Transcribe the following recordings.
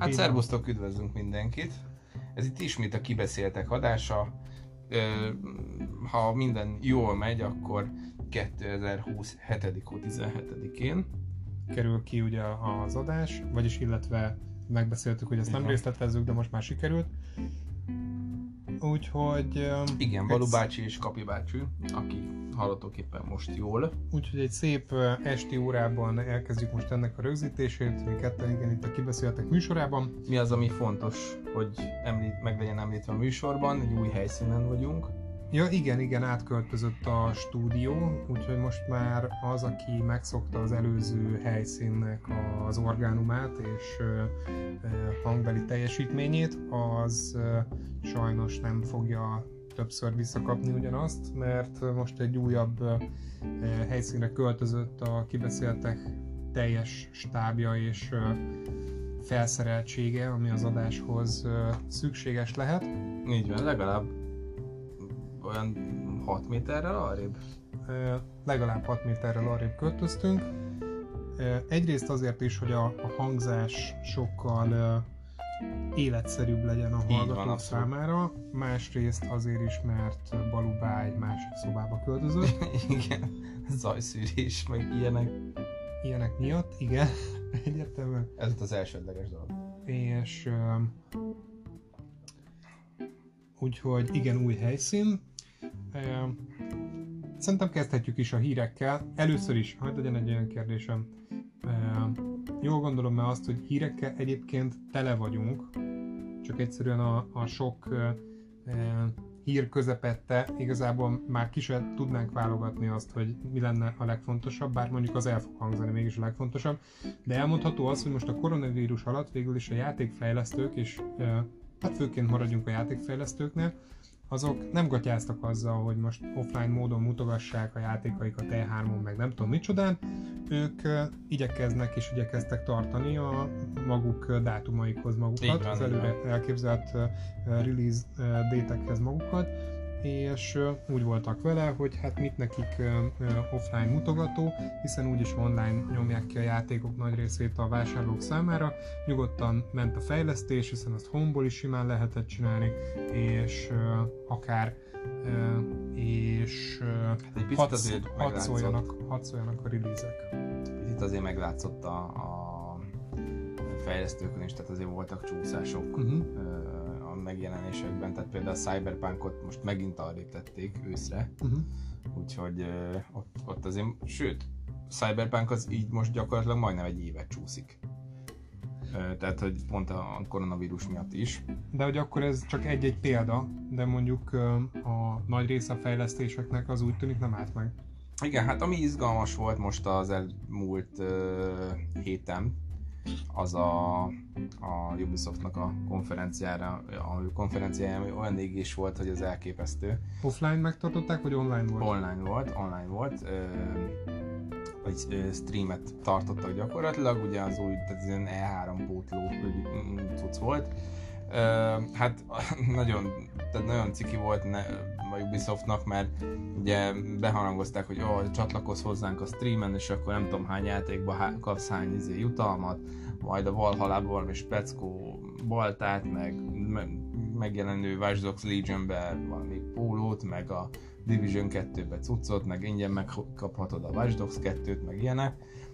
Hát szervusztok, üdvözlünk mindenkit! Ez itt ismét a Kibeszéltek adása. Ha minden jól megy, akkor 2020 7. hó 17-én kerül ki ugye az adás, vagyis illetve megbeszéltük, hogy ezt nem részletezzük, de most már sikerült. Úgyhogy... Igen, Balú bácsi és Kapi bácsi, aki hallottok éppen most jól. Úgyhogy egy szép esti órában elkezdjük most ennek a rögzítését, mi ketten igen itt a Kibeszéltek műsorában. Mi az, ami fontos, hogy meg legyen említve a műsorban, egy új helyszínen vagyunk. Ja, igen, átköltözött a stúdió, úgyhogy most már az, aki megszokta az előző helyszínnek az orgánumát és hangbeli teljesítményét, az sajnos nem fogja többször visszakapni ugyanazt, mert most egy újabb helyszínre költözött a Kibeszéltek teljes stábja és felszereltsége, ami az adáshoz szükséges lehet. Így van, legalább olyan 6 méterrel arrébb? Legalább 6 méterrel arrébb költöztünk. Egyrészt azért is, hogy a hangzás sokkal életszerűbb legyen a hallgatók számára, másrészt azért is, mert Balubá egy másik szobába költözött. Igen, zajszűrés, meg ilyenek. Ilyenek miatt, igen, egyértelműen. Ez az elsődleges dolog. És úgyhogy igen, új helyszín. Szerintem kezdhetjük is a hírekkel. Először is, hagyd legyen egy olyan kérdésem. Jól gondolom azt, hogy hírekkel egyébként tele vagyunk, csak egyszerűen a sok hír közepette igazából már ki sem tudnánk válogatni azt, hogy mi lenne a legfontosabb, bár mondjuk az el fog hangzani mégis a legfontosabb. De elmondható az, hogy most a koronavírus alatt végül is a játékfejlesztők, és hát főként maradjunk a játékfejlesztőknél, azok nem gatyáztak azzal, hogy most offline módon mutogassák a játékaikat E3-on, meg nem tudom micsodán. Ők igyekeznek és igyekeztek tartani a maguk dátumaikhoz magukat, az előre elképzelt release détekhez magukat, és úgy voltak vele, hogy hát mit nekik offline mutogató, hiszen úgyis online nyomják ki a játékok nagy részét a vásárlók számára. Nyugodtan ment a fejlesztés, hiszen azt homeból is simán lehetett csinálni, és akár hadd szóljanak a release-ek. Itt azért meglátszott a fejlesztőkön is, tehát azért voltak csúszások a megjelenésekben, tehát például a Cyberpunkot most megint arrébb tették őszre, úgyhogy ott azért, sőt, Cyberpunk az így most gyakorlatilag majdnem egy évet csúszik. Tehát, hogy pont a koronavírus miatt is. De hogy akkor ez csak egy-egy példa, de mondjuk a nagy része a fejlesztéseknek az úgy tűnik nem állt meg. Igen, hát ami izgalmas volt most az elmúlt héten, az a Ubisoftnak a konferenciája, ami olyan égés volt, hogy az elképesztő. Offline megtartották, vagy online volt? Online volt. Vagy streamet tartottak gyakorlatilag, ugye az új, tehát ilyen E3 pótló cucc volt. Hát nagyon ciki volt a Ubisoftnak, mert ugye beharangozták, hogy csatlakozz hozzánk a streamen, és akkor nem tudom hány játékba kapsz hány jutalmat, majd a Valhallában valami speckó baltát, meg megjelenő Watch Dogs Legion-be valami pólót, meg a Division 2-be cuccot, meg ingyen megkaphatod a Watch Dogs 2-t, meg ilyenek,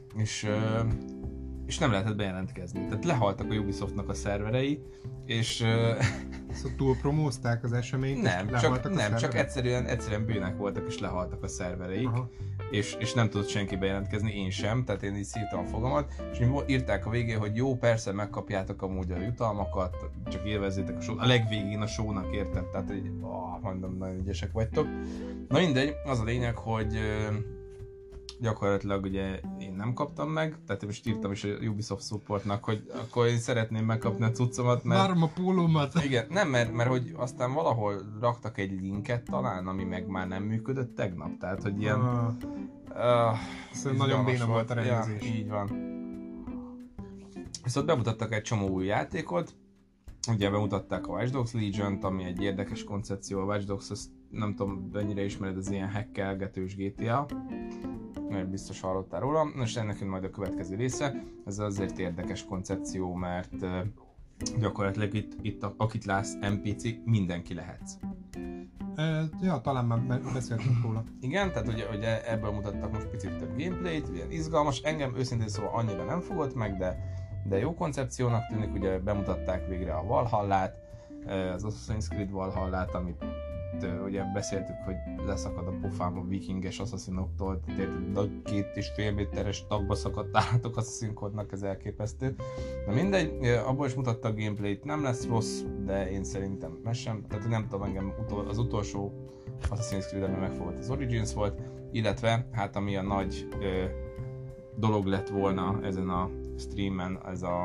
és nem lehetett bejelentkezni. Tehát lehaltak a Ubisoftnak a szerverei, és... Szóval túlpromózták az eseményt, csak egyszerűen bűnek voltak, és lehaltak a szervereik, és nem tudott senki bejelentkezni, én sem, tehát én így szívtam a fogamat, és írták a végén, hogy jó, persze megkapjátok amúgy a jutalmakat, csak élvezzétek a legvégén a show-nak, érted? Tehát így, mondom, nagyon ügyesek vagytok. Na mindegy, az a lényeg, hogy gyakorlatilag ugye én nem kaptam meg, tehát most írtam is a Ubisoft supportnak, hogy akkor én szeretném megkapni a cuccomat, mert... Várom a pólómat! Igen, nem, mert hogy aztán valahol raktak egy linket talán, ami meg már nem működött tegnap, tehát hogy ilyen... Szóval nagyon béna volt a rendezés. Ja, így van. Viszont bemutattak egy csomó új játékot, ugye bemutatták a Watch Dogs Legion-t, ami egy érdekes koncepció, a Watch Dogs, azt nem tudom, mennyire ismered, az ilyen hackelgetős GTA, mert biztos hallottál róla. Most ennek jön majd a következő része. Ez azért érdekes koncepció, mert gyakorlatilag itt akit látsz NPC, mindenki lehetsz. Ja, talán már beszéltünk róla. Igen, tehát ugye ebből mutattak most picit több gameplayt, ilyen izgalmas, engem őszintén szóval annyira nem fogott meg, de jó koncepciónak tűnik, ugye bemutatták végre a Valhallát, az Assassin's Creed Valhallát, amit ugye beszéltük, hogy leszakad a pofám a vikinges Assassinoktól, tehát 2,5 méteres tagba szakadt állatok Assassin's Creed-nak, ez elképesztő. Na mindegy, abból is mutatta a gameplayt, nem lesz rossz, de én szerintem meg sem, tehát nem tudom, engem az utolsó Assassin's Creed, ami megfogott, az Origins volt, illetve hát ami a nagy dolog lett volna ezen a streamen, ez a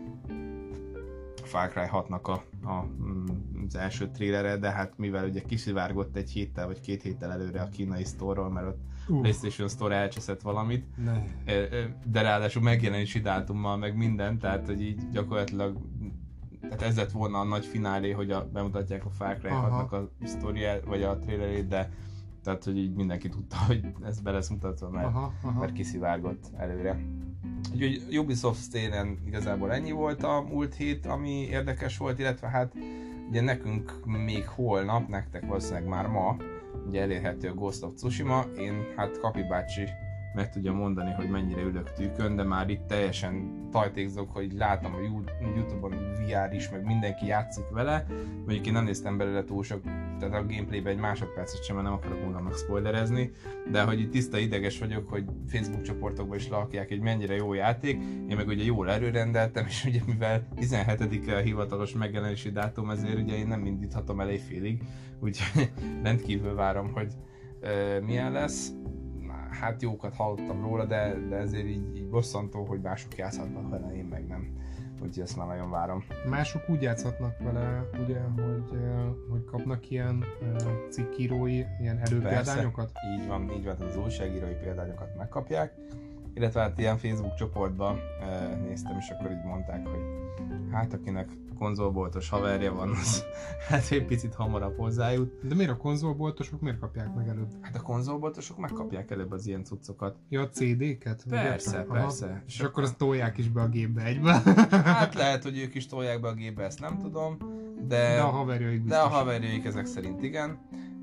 Far Cry 6-nak az első trélere, de hát mivel ugye kiszivárgott egy héttel vagy 2 héttel előre a kínai sztorról, mert ott PlayStation Store elcseszett valamit, de ráadásul megjelenési dátummal meg minden, tehát hogy így gyakorlatilag tehát ez lett volna a nagy finálé, hogy bemutatják a Far Cry 6-nak a sztoriát, vagy a trailerét, de tehát hogy így mindenki tudta, hogy ez be lesz mutatva, mert kiszivárgott előre. Úgyhogy Ubisoft téren igazából ennyi volt a múlt hét, ami érdekes volt, illetve hát ugye nekünk még holnap, nektek valószínűleg már ma, ugye elérhető a Ghost of Tsushima, én hát Kapi bácsi meg tudja mondani, hogy mennyire ülök tűkön, de már itt teljesen tajtékzok, hogy látom a Youtube-on VR is, meg mindenki játszik vele, mondjuk én nem néztem belőle túl sok, tehát a gameplayben egy másodpercet sem, mert nem akarok magamnak spoilerezni, de hogy itt tiszta ideges vagyok, hogy Facebook csoportokban is lakják, hogy mennyire jó játék, én meg ugye jól előrendeltem, és ugye mivel 17-e a hivatalos megjelenési dátum, ezért ugye én nem indíthatom el éjfélig, úgyhogy rendkívül várom, hogy milyen lesz. Hát jókat hallottam róla, de ezért így bosszantó, hogy mások játszhatnak vele, én meg nem. Úgyhogy ezt már nagyon várom. Mások úgy játszhatnak vele, ugye, hogy kapnak ilyen cikkírói, ilyen előpéldányokat? Persze, így van, az újságírói példányokat megkapják. Illetve hát ilyen Facebook csoportban néztem, és akkor így mondták, hogy hát akinek konzolboltos haverja van, az hát egy picit hamarabb hozzájut. De miért a konzolboltosok miért kapják meg előbb? Hát a konzolboltosok megkapják előbb az ilyen cuccokat. Ja, a CD-ket? Persze. És akkor azt tolják is be a gépbe egybe? Hát lehet, hogy ők is tolják be a gépbe, ezt nem tudom. De a haverjaik biztos. De a haverjaik ezek szerint igen.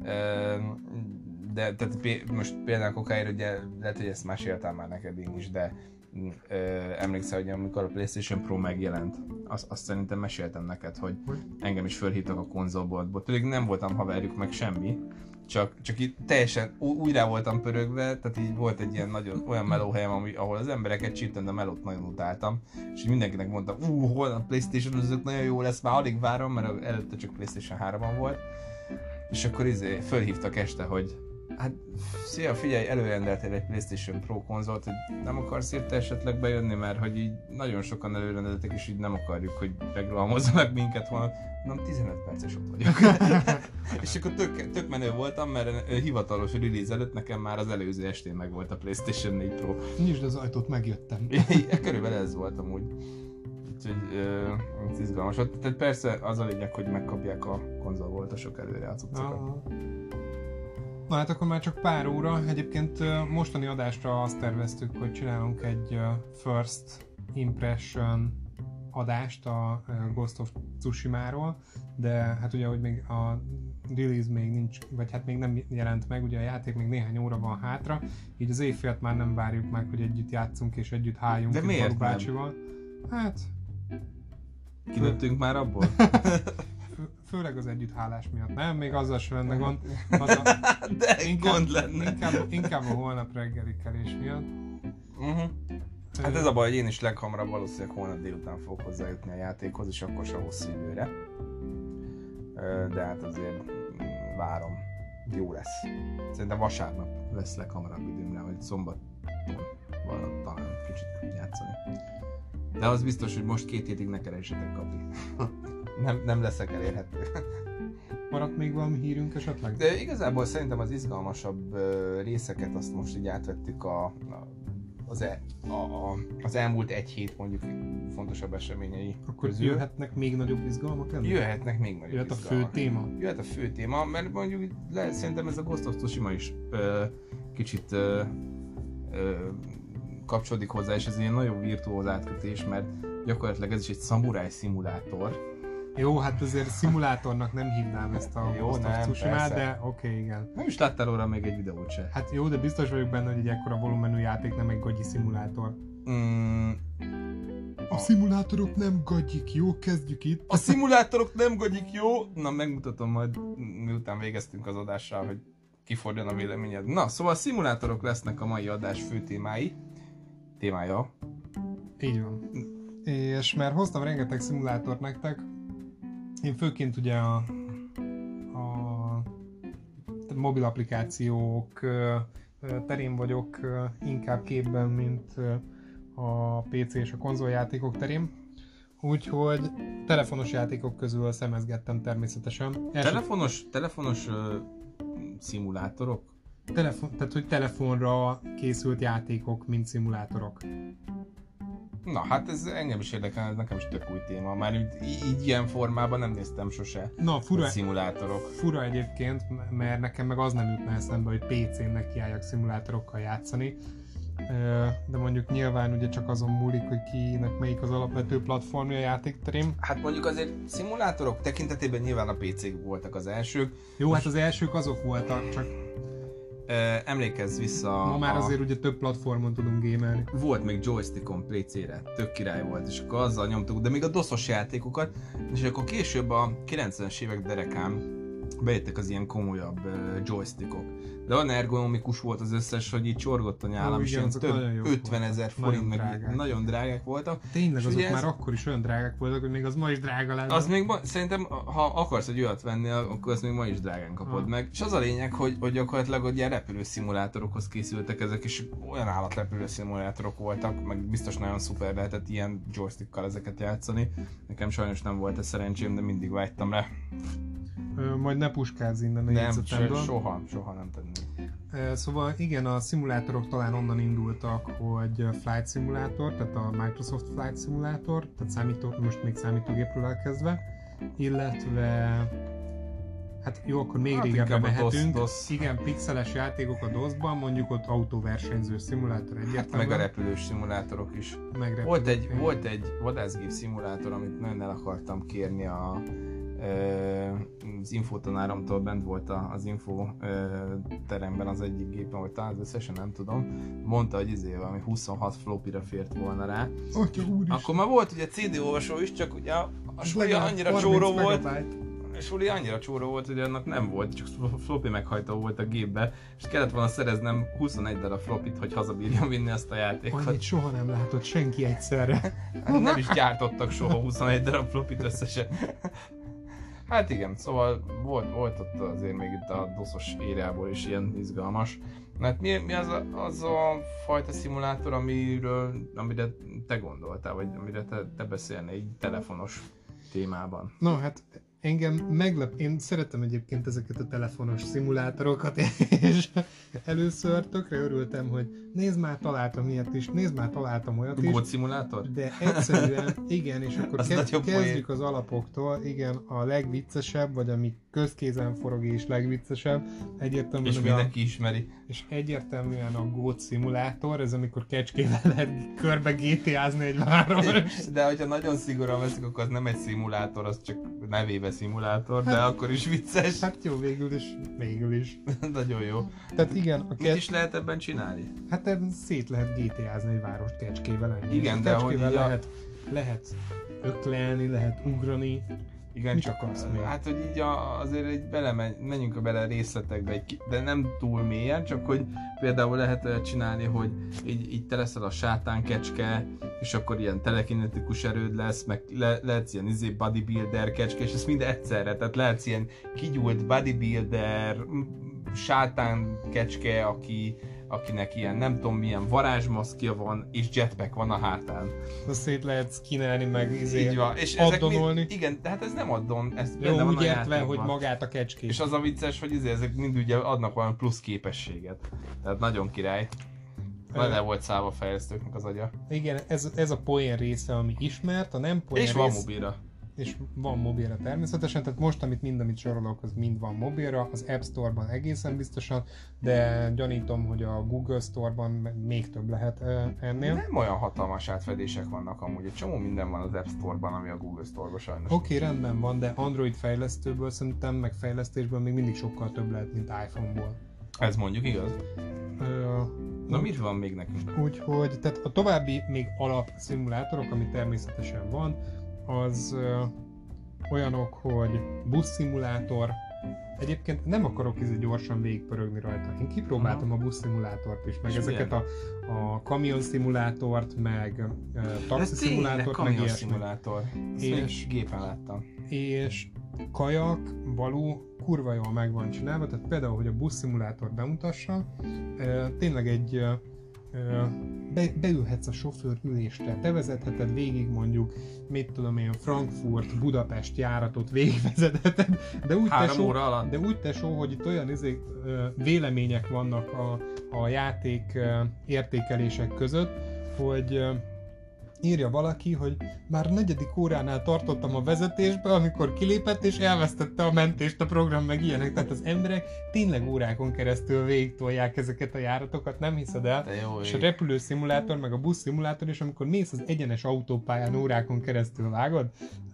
De tehát most például kokáért ugye lehet, hogy ezt meséltem már neked én is, de emlékszel, hogy amikor a PlayStation Pro megjelent, azt szerintem meséltem neked, hogy engem is fölhívtak a konzolboltból. Pedig nem voltam haverjuk meg semmi, csak itt teljesen újra voltam pörögve, tehát így volt egy ilyen nagyon olyan melóhelyem, ahol az embereket csíptem, de melót nagyon utáltam, és így mindenkinek mondtam, holnap PlayStation, azok nagyon jó lesz, már alig várom, mert előtte csak PlayStation 3-ban volt, és akkor fölhívtak este, hogy hát szia, figyelj, előrendeltél egy PlayStation Pro konzolt, hogy nem akarsz érte esetleg bejönni, mert hogy így nagyon sokan előrendeltek, és így nem akarjuk, hogy megrohamozzanak minket volna. Nem, 15 perces ott vagyok. És akkor tök menő voltam, mert hivatalos release előtt nekem már az előző estén meg volt a PlayStation 4 Pro. Nyisd az ajtót, megjöttem. Körülbelül ez volt amúgy. Úgyhogy izgalmas. Tehát persze az a lényeg, hogy megkapják a konzolboltosok előre a cuccokat. Na hát akkor már csak pár óra. Egyébként mostani adásra azt terveztük, hogy csinálunk egy First Impression adást a Ghost of Tsushima-ról, de hát ugye, hogy még a release még nincs, vagy hát még nem jelent meg, ugye a játék még néhány óra van hátra, így az éjfélt már nem várjuk meg, hogy együtt játszunk és együtt háljunk. De miért bácsival. Hát... Kinőttünk már abból? Főleg az együtthálás miatt, nem? Még azzal sem lenne gond. De gond lenne. Inkább a holnap reggeli kelés miatt. Hát ez a baj, hogy én is leghamarabb valószínűleg holnap délután fogok hozzájutni a játékhoz, és akkor se hosszú időre. De hát azért várom. Jó lesz. Szerintem vasárnap lesz leghamarabb időmre, vagy szombaton van talán kicsit játszani. De az biztos, hogy most 2 hétig ne keressetek, Kapi. Nem leszek elérhető. Maradt még valami hírünk esetleg? De igazából szerintem az izgalmasabb részeket azt most így átvettük az elmúlt 1 hét mondjuk fontosabb eseményei akkor közül. Jöhetnek még nagyobb izgalmak? Jöhetnek még nagyobb izgalmak. Jöhet a fő téma, mert mondjuk szerintem ez a Ghost of Tsushima is kicsit kapcsolódik hozzá, és ez ilyen nagyon virtuóz átkötés, mert gyakorlatilag ez is egy szamuráj szimulátor. Jó, hát azért szimulátornak nem hívnám ezt a Jó, Ghost of nem, Tsushima-t, persze. de oké, igen. Nem is láttál róla még egy videót se. Hát jó, de biztos vagyok benne, hogy egy ekkora volumenű játék nem egy gagyi szimulátor. A szimulátorok nem gagyik, jó? Kezdjük itt. A szimulátorok nem gagyik, jó? Na, megmutatom majd, miután végeztünk az adással, hogy kiforduljon a véleményed. Na, szóval a szimulátorok lesznek a mai adás fő témája. Így van. És már hoztam rengeteg szimulátort nektek. Én főként ugye a mobil applikációk terén vagyok inkább képben, mint a PC és a konzoljátékok terén. Úgyhogy telefonos játékok közül szemezgettem természetesen. Telefonos szimulátorok? Tehát, hogy telefonra készült játékok, mint szimulátorok. Na, hát ez engem is érdekel, ez nekem is tök új téma. Már így ilyen formában nem néztem sose. Na, Szimulátorok. Fura egyébként, mert nekem meg az nem jutna eszembe, hogy PC-n nekiálljak szimulátorokkal játszani. De mondjuk nyilván ugye csak azon múlik, hogy kinek melyik az alapvető platformja a játékterén. Hát mondjuk azért szimulátorok tekintetében nyilván a PC-k voltak az elsők. Jó, hát az elsők azok voltak, csak emlékezz vissza... ma már azért ugye több platformon tudunk gamelni. Volt még joystickon PC-re, tök király volt, és akkor azzal nyomtuk, de még a DOS-os játékokat, és akkor később a 90-es évek derekán bejöttek az ilyen komolyabb joystickok. De olyan ergonomikus volt az összes, hogy így csorgott a nyálam, és ilyen több 50 000 forint, meg nagyon drágák voltak. Tényleg, azok már akkor is olyan drágák voltak, hogy még az ma is drága lenne. Az még szerintem, ha akarsz egy olyat venni, akkor azt még ma is drágán kapod meg. És az a lényeg, hogy gyakorlatilag hogy ilyen repülőszimulátorokhoz készültek ezek, és olyan állatrepülőszimulátorok voltak, meg biztos nagyon szuper lehetett ilyen joystickkal ezeket játszani. Nekem sajnos nem volt ez szerencsém, de mindig vágytam rá. Majd ne puskázz innen a Nem, jegyzetemből. soha nem tenni. Szóval igen, a szimulátorok talán onnan indultak, hogy Flight Simulator, tehát a Microsoft Flight Simulator, tehát most még számítógépről elkezdve, illetve hát jó, akkor még régebbre mehetünk. DOS. Igen, pixeles játékok a DOS-ban, mondjuk ott autóversenyző szimulátor egyértelműen. Hát meg a repülős szimulátorok is. Volt egy vadászgép szimulátor, amit nagyon el akartam kérni az infotanáramtól, bent volt az info teremben az egyik gépen, vagy talán az összesen, nem tudom. Mondta, hogy valami 26 floppira fért volna rá. Akkor már volt ugye CD olvasó is, csak ugye a suli annyira csóró volt. A suli annyira csóró volt, hogy annak nem volt, csak floppy meghajtó volt a gépbe, és kellett volna szereznem 21 darab floppit, hogy hazabírjam vinni azt a játékot. Annyit soha nem látott senki egyszerre. Nem is gyártottak soha 21 darab floppit összesen. Hát igen, szóval volt ott azért még itt a DOS-os érából is ilyen izgalmas. Hát mi az a fajta szimulátor, amire te gondoltál, vagy amire te beszélnél egy telefonos témában? No, hát engem meglep, én szeretem egyébként ezeket a telefonos szimulátorokat, és először tökre örültem, hogy nézd már, találtam ilyet is, nézd már, találtam olyat is. Gót szimulátor? De egyszerűen, igen, és akkor kezdjük az alapoktól, igen, a legviccesebb, vagy ami közkézen forog és legviccesebb, egyértelműen... És mindenki ismeri. És egyértelműen a Goat szimulátor, ez amikor kecskével lehet körbe GTA-zni egy város. De hogyha nagyon szigorúan veszik, akkor az nem egy szimulátor, az csak nevébe szimulátor, de akkor is vicces. Hát jó, végül is. Nagyon jó. Tehát igen, mit is lehet ebben csinálni? Hát ebben szét lehet GTA-zni egy várost kecskével. Ennyi. Igen, de hogy lehet öklelni, lehet ugrani. Igen, csak hát, hogy így azért menjünk bele részletekbe, de nem túl mélyen, csak hogy például lehet olyat csinálni, hogy így te leszel a sátán kecske, és akkor ilyen telekinetikus erőd lesz, meg lehetsz ilyen bodybuilder kecske, és ez mind egyszerre, tehát lehetsz ilyen kigyúlt bodybuilder, sátán kecske, akinek ilyen nem tudom milyen varázsmaszkja van, és jetpack van a hátán. Azt szét lehet skinelni, meg így van. És addonolni. Igen, de hát ez nem addon, ez jó, úgy értve, hogy magát a kecskét. És az a vicces, hogy ezek mind ugye adnak valami plusz képességet. Tehát nagyon király. Le volt szállva a fejlesztőknek az agya. Igen, ez a poén része, ami ismert, a nem poén és része... van mobilra. és van mobilra természetesen, tehát most, amit sorolok, az mind van mobilra, az App Store-ban egészen biztosan, de gyanítom, hogy a Google Store-ban még több lehet ennél. Nem olyan hatalmas átfedések vannak amúgy, egy csomó minden van az App Store-ban, ami a Google Store-ban sajnos. Oké, rendben van, de Android fejlesztőből szerintem, meg fejlesztésből még mindig sokkal több lehet, mint iPhone-ból. Ez mondjuk igaz? Na mit van még nekünk? Úgyhogy, tehát a további még alap szimulátorok, ami természetesen van, az olyanok, hogy buszszimulátor. Egyébként nem akarok gyorsan végigpörögni rajta. Én kipróbáltam a buszszimulátort is, meg és ezeket a kamionszimulátort, meg taxiszimulátort, meg ilyesmi. És gépen láttam. És kajak, való, kurva jól meg van csinálva, tehát például, hogy a buszszimulátort bemutassam, tényleg egy beülhetsz a sofőr ülésre, te vezetheted végig mondjuk, mit tudom én, Frankfurt, Budapest járatot végigvezetheted, de úgy tesó, hogy itt olyan vélemények vannak a játék értékelések között, hogy írja valaki, hogy már 4. óránál tartottam a vezetésbe, amikor kilépett és elvesztette a mentést a program, meg ilyenek. Tehát az emberek tényleg órákon keresztül végigtolják ezeket a járatokat, nem hiszed el? És a repülőszimulátor, meg a buszszimulátor is, amikor mész az egyenes autópályán órákon keresztül, vágod?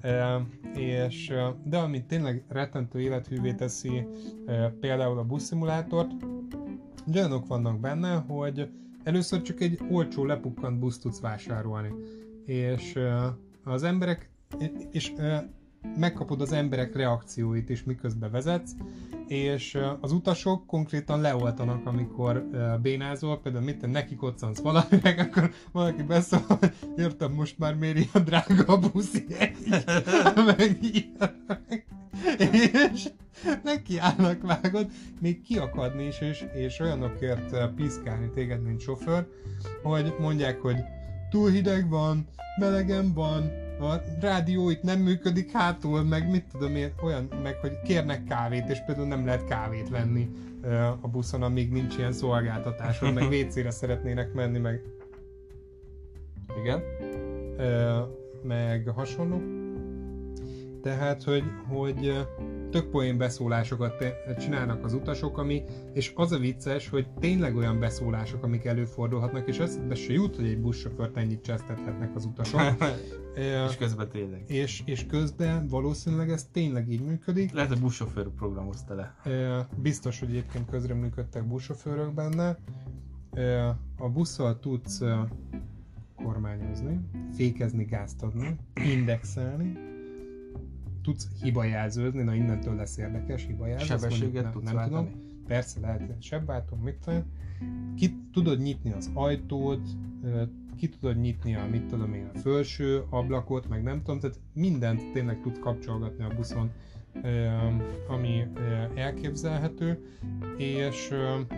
De amit tényleg rettentő élethűvé teszi például a buszszimulátort, olyanok vannak benne, hogy először csak egy olcsó lepukkant buszt tudsz vásárolni, és az emberek, és megkapod az emberek reakcióit is, miközben vezetsz, és az utasok konkrétan leoltanak, amikor bénázol, például neki koccansz valaminek, akkor valaki beszól, hogy értem, most már miért ilyen drága a buszjegy, meg ilyenek. És nekiállnak, vágod, még kiakadni is, és olyanokért piszkálni téged, mint sofőr, hogy mondják, hogy túl hideg van, melegem van, a rádió itt nem működik hátul, meg mit tudom én, olyan, meg hogy kérnek kávét, és például nem lehet kávét venni a buszon, amíg nincs ilyen szolgáltatásod, meg WC-re szeretnének menni, meg... Igen? Meg hasonló. Tehát, hogy tök poén beszólásokat csinálnak az utasok, és az a vicces, hogy tényleg olyan beszólások, amik előfordulhatnak, és eszedbe se jut, hogy egy buszsofőrt ennyit csesztethetnek az utasok. És közben tényleg. És közben valószínűleg ez tényleg így működik. Lehet, hogy buszsofőr programozta le. Biztos, hogy egyébként közreműködtek buszsofőrök benne. A busszal tudsz kormányozni, fékezni, gázt adni, indexelni, tudsz hibajelzőzni, na innentől lesz érdekes, hibajelző. Sebességet tudsz váltani? Tudom. Persze lehet sebváltó, mit tudom. Ki tudod nyitni az ajtót, ki tudod nyitni a, mit tudom én, a felső ablakot, meg nem tudom, tehát mindent tényleg tudsz kapcsolgatni a buszon, ami elképzelhető, és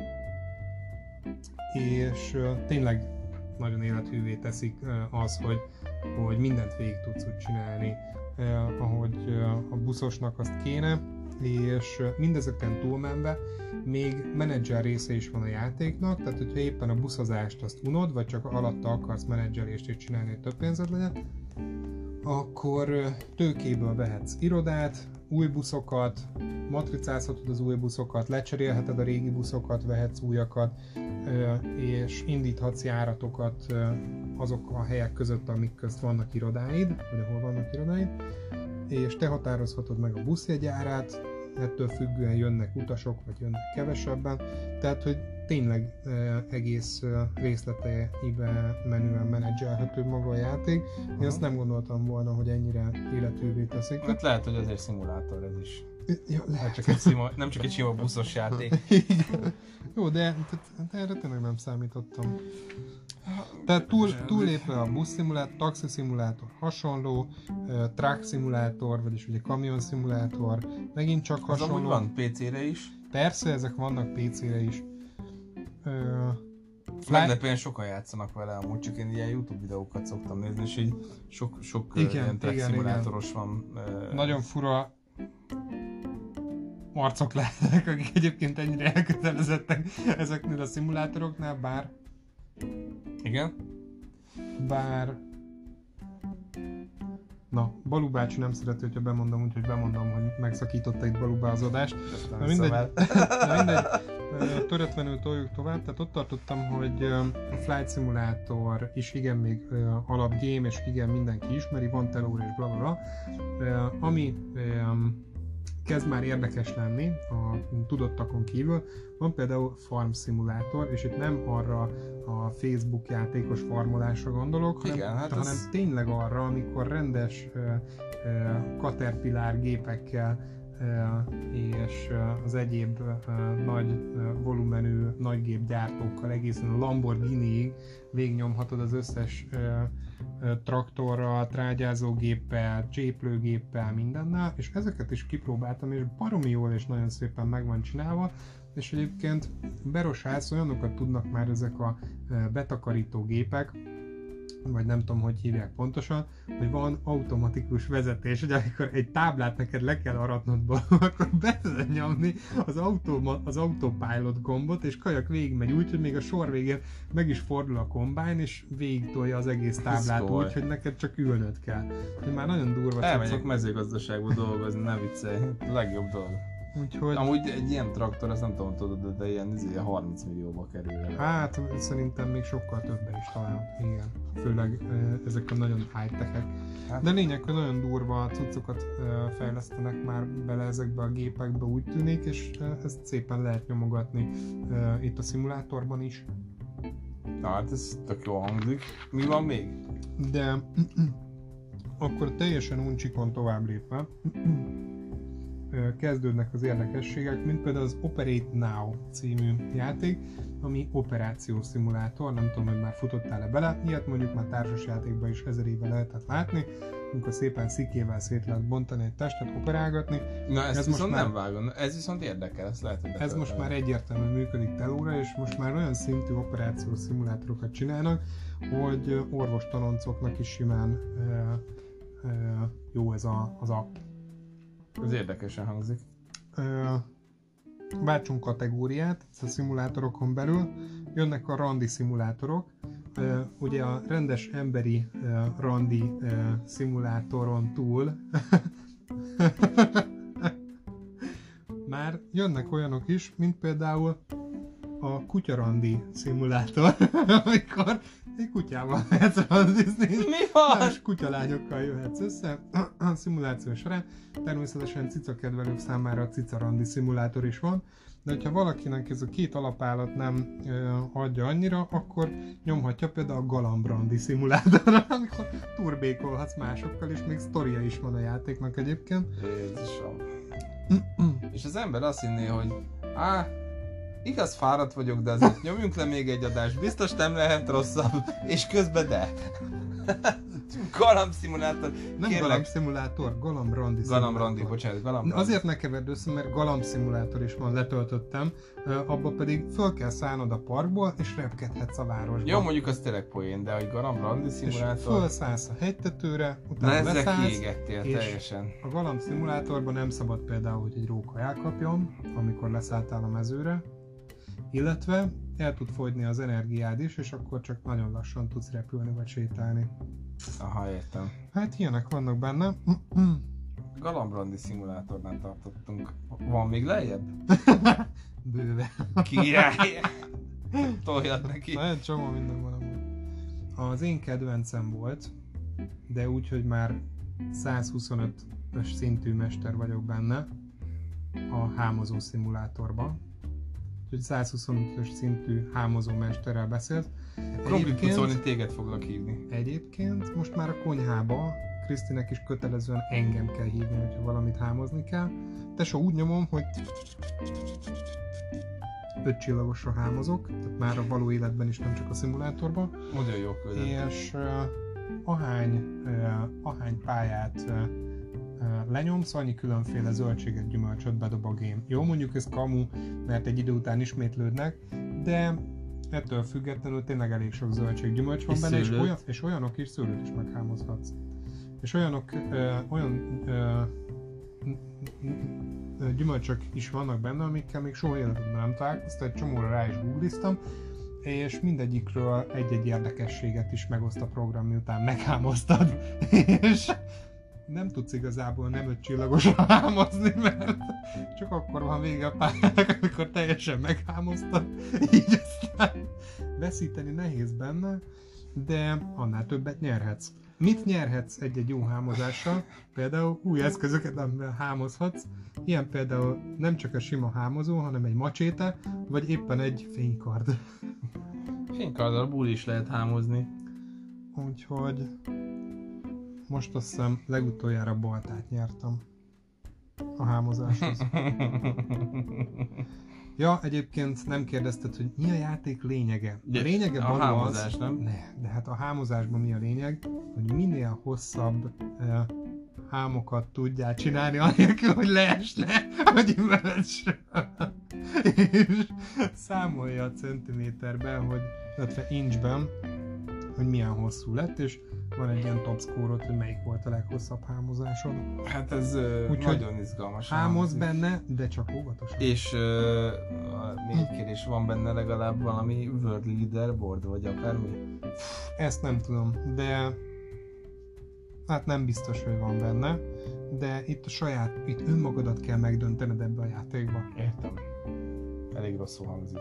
tényleg nagyon élethűvé teszik az, hogy mindent végig tudsz úgy csinálni, ahogy a buszosnak azt kéne, és mindezeken túlmenve még menedzser része is van a játéknak, tehát hogyha éppen a buszozást azt unod, vagy csak alatta akarsz menedzselést és csinálni, hogy több pénzed legyen, akkor tőkéből vehetsz irodát, új buszokat, matricázhatod az új buszokat, lecserélheted a régi buszokat, vehetsz újakat, és indíthatsz járatokat azok a helyek között, amik közt vannak irodáid, vagy ahol vannak irodáid, és te határozhatod meg a buszjegyárát, ettől függően jönnek utasok, vagy jönnek kevesebben, tehát hogy tényleg egész részleteibe menően menedzselhető maga a játék. Én azt nem gondoltam volna, hogy ennyire életűvé teszik. Hát lehet, hogy azért szimulátor ez is. Ja, Nem csak egy sima buszos játék. Jó, de erre tényleg nem számítottam. Tehát túlépve a buszszimulátor, taxiszimulátor hasonló, truck szimulátor, vagyis ugye kamionszimulátor, megint csak hasonló. Az van PC-re is? Persze, ezek vannak PC-re is. Meglepően sokan játszanak vele, amúgy csak én ilyen YouTube videókat szoktam nézni, és így sok ilyen truck szimulátoros van. Nagyon fura arcok lehetnek, akik egyébként ennyire elkötelezettek ezeknél a szimulátoroknál, bár... Igen? Bár Na, Balú bácsi nem szereti, hogyha bemondom, úgyhogy bemondom, hogy megszakította itt Balú az adást. Na mindegy, töretlenül toljuk tovább, tehát ott tartottam, hogy a Flight Simulator is igen még alapgame, és igen mindenki ismeri, van telóra és blablabla. Ami kezd már érdekes lenni a tudottakon kívül, van például Farm Simulator, és itt nem arra a Facebook játékos farmolásra gondolok, hanem tényleg arra, amikor rendes Caterpillar gépekkel és az egyéb nagy volumenű nagygépgyártókkal egészen a Lamborghiniig végignyomhatod az összes traktorral, trágyázógéppel, cséplőgéppel, mindennel, és ezeket is kipróbáltam, és baromi jól és nagyon szépen meg van csinálva, és egyébként berosálsz, olyanokat tudnak már ezek a betakarító gépek, vagy nem tudom, hogy hívják pontosan, hogy van automatikus vezetés, hogy amikor egy táblát neked le kell aratnodból, akkor be tudod nyomni az autopilot gombot, és kajak végigmegy úgy, hogy még a sor végén meg is fordul a kombájn, és végig tolja az egész táblát úgy, hogy neked csak ülnöd kell. De már nagyon durva. Elmegyek mezőgazdaságba dolgozni, ne viccelj, a legjobb dolog. Úgyhogy... Amúgy egy ilyen traktor, azt nem tudom, tudod, de ilyen 30 millióba kerül. Hát szerintem még sokkal többen is talán, igen. Főleg ezek a nagyon high-techek. Hát. De lényeg, hogy nagyon durva cuccokat fejlesztenek már bele ezekbe a gépekbe, úgy tűnik, és ezt szépen lehet nyomogatni itt a szimulátorban is. Na hát ez tök jól hangzik. Mi van még? De akkor teljesen uncsikon tovább lépve kezdődnek az érdekességek, mint például az Operate Now című játék, ami operációs szimulátor, nem tudom, hogy már futottál-e bele, ilyet mondjuk már társasjátékban is 1000 éve lehetett látni, amikor szépen szikével szét lehet bontani egy testet, operálgatni. Na ezt viszont nem vágom, ez viszont érdekel, ezt lehet, hogy ez most már egyértelműen működik telóra, és most már olyan szintű operációs szimulátorokat csinálnak, hogy orvostanoncoknak is simán jó ez az app. Ez érdekesen hangzik. Váltsunk kategóriát, a szimulátorokon belül jönnek a randi szimulátorok. Ugye a rendes emberi randi szimulátoron túl már jönnek olyanok is, mint például a kutyarandi szimulátor, amikor egy kutyával lehetsz randizni. Mi van? Más kutyalányokkal jöhetsz össze a szimuláció során. Természetesen cicakedvelők számára a cicarandi szimulátor is van, de hogyha valakinek ez a két alapállat nem adja annyira, akkor nyomhatja például a galambrandi szimulátorra, amikor turbékolhatsz másokkal, és még sztoria is van a játéknak egyébként. Jézusom. És az ember azt hinné, hogy igaz, fáradt vagyok, de azért nyomjunk le még egy adást, biztos nem lehet rosszabb, és közben de. Galamb-szimulátor. Nem galamb-szimulátor, galambrandi szimulátor. Galambrandi, bocsánat, galambrandi. Azért ne keverd össze, mert galamb-szimulátor is van, letöltöttem, abba pedig föl kell szállnod a parkból, és repkedhetsz a városban. Jó, mondjuk az tényleg poén, de hogy galambrandi szimulátor... És fölszállsz a hegytetőre, utána leszállsz, ezzel kiégettél teljesen. A galamb-szimulátorban nem szabad például, hogy egy róka elkapjon, amikor leszálltál a mezőre, illetve el tud fogyni az energiád is, és akkor csak nagyon lassan tudsz repülni vagy sétálni. Aha, értem. Hát ilyenek vannak benne. Galambrandi szimulátornál tartottunk. Van még lejjebb? Bőve. Király! Toljad neki. Nagyon csomó minden van amúgy. Az én kedvencem volt, de úgy, hogy már 125-ös szintű mester vagyok benne a hámozó szimulátorban. Úgyhogy 125-ös szintű hámozó mesterrel beszélt. Krumplit tudsz szólni, téged foglak hívni. Egyébként most már a konyhába Krisztinek is kötelezően engem kell hívni, hogyha valamit hámozni kell. Tesó, úgy nyomom, hogy 5 csillagosra hámozok, tehát már a való életben is, nem csak a szimulátorban. Nagyon jó küldet. És ahány pályát lenyomsz, annyi különféle zöldséget, gyümölcsöt bedob a game. Jó, mondjuk ez kamu, mert egy idő után ismétlődnek, de ettől függetlenül tényleg elég sok zöldség, gyümölcs van benne, és olyanok is, szőlőt is meghámozhatsz. És olyanok, gyümölcsök is vannak benne, amikkel még soha életemben nem találkoztam, egy csomóra rá is googliztam, és mindegyikről egy-egy érdekességet is megoszt a program, miután meghámoztad. nem tudsz igazából nem 5 csillagosra hámozni, mert csak akkor van vége a pályának, amikor teljesen meghámoztad, így aztán veszíteni nehéz benne, de annál többet nyerhetsz. Mit nyerhetsz egy-egy jó hámozással? Például új eszközöket, amivel hámozhatsz. Ilyen például nem csak a sima hámozó, hanem egy macséte, vagy éppen egy fénykard. Fénykarddal búl is lehet hámozni. Úgyhogy most azt hiszem legutoljára baltát nyertem a hámozáshoz. Ja, egyébként nem kérdezted, hogy mi a játék lényege. A lényege a hámozás, nem? De hát a hámozásban mi a lényeg, hogy minél hosszabb hámokat tudjál csinálni, anélkül, hogy leesne a gyümölcsről. És számolja a centiméterben, illetve inchben, hogy milyen hosszú lett, és van egy ilyen top score-ot, hogy melyik volt a leghosszabb hámozásod. Hát ez nagyon izgalmas. Hámoz benne, de csak óvatosan. És még egy kérdés, van benne legalább valami World Leaderboard, vagy akármi? Ezt nem tudom, de hát nem biztos, hogy van benne, de itt önmagadat kell megdöntened ebbe a játékba. Értem. Elég rosszul hangzik.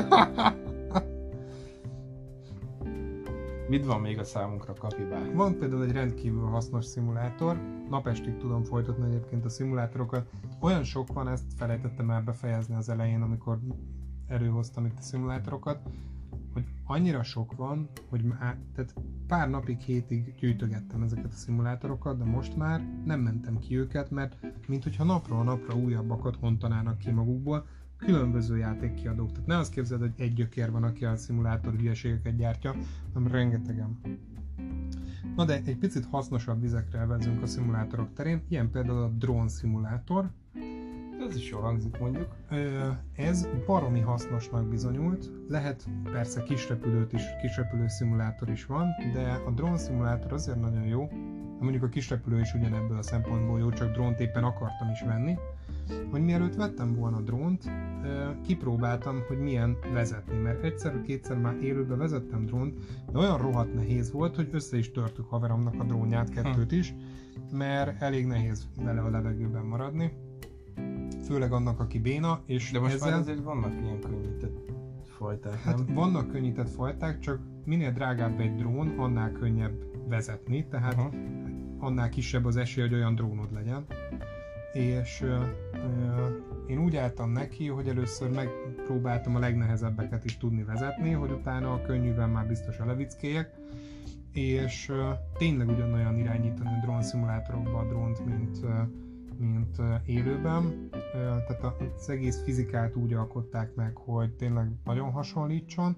Mit van még a számunkra, Kapibár? Van például egy rendkívül hasznos szimulátor, napestig tudom folytatni egyébként a szimulátorokat. Olyan sok van, ezt felejtettem el befejezni az elején, amikor előhoztam itt a szimulátorokat, hogy annyira sok van, hogy tehát pár napig, hétig gyűjtögettem ezeket a szimulátorokat, de most már nem mentem ki őket, mert minthogyha napról napra újabbakat hontanának ki magukból, különböző játékkiadók. Tehát ne azt képzeld, hogy egy gyökér van, aki a szimulátor hülyeségeket gyártja, hanem rengetegen. Na de egy picit hasznosabb vizekre elvezünk a szimulátorok terén, ilyen például a drón szimulátor. Ez is jól hangzik, mondjuk. Ez baromi hasznosnak bizonyult. Lehet persze kisrepülő szimulátor is van, de a drón szimulátor azért nagyon jó, mondjuk a kisrepülő is ugyanebből a szempontból jó, csak drónt éppen akartam is venni, hogy mielőtt vettem volna drónt, kipróbáltam, hogy milyen vezetni, mert egyszer-kétszer már élőben vezettem drónt, de olyan rohadt nehéz volt, hogy össze is törtük haveromnak a drónját, kettőt is, mert elég nehéz vele a levegőben maradni, főleg annak, aki béna, és de most már azért vannak ilyen könnyített fajták, nem? Hát vannak könnyített fajták, csak minél drágább egy drón, annál könnyebb vezetni, tehát annál kisebb az esély, hogy olyan drónod legyen. És én úgy álltam neki, hogy először megpróbáltam a legnehezebbeket is tudni vezetni, hogy utána a könnyűvel már biztos a levickélyek, és tényleg ugyanolyan irányítani a drón szimulátorokban a drónt, mint élőben. Tehát az egész fizikát úgy alkották meg, hogy tényleg nagyon hasonlítson,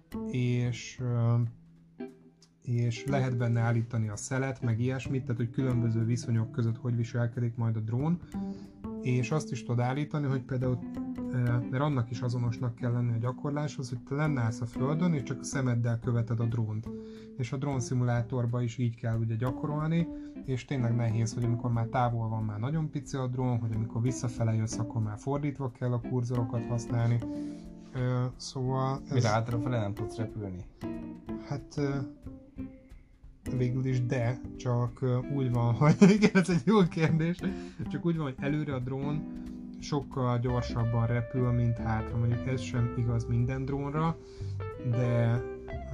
és lehet benne állítani a szelet, meg ilyesmit, tehát hogy különböző viszonyok között hogy viselkedik majd a drón, és azt is tudod állítani, hogy például, mert annak is azonosnak kell lenni a gyakorláshoz, hogy te lennállsz a földön, és csak a szemeddel követed a drónt. És a drón szimulátorban is így kell ugye gyakorolni, és tényleg nehéz, hogy amikor már távol van, már nagyon pici a drón, hogy amikor visszafele jössz, akkor már fordítva kell a kurzorokat használni. Szóval... Mire hátrafele nem tudsz repülni? Hát... végül is, de csak úgy van, hogy igen, ez egy jó kérdés, csak úgy van, hogy előre a drón sokkal gyorsabban repül, mint hátra. Mondjuk ez sem igaz minden drónra, de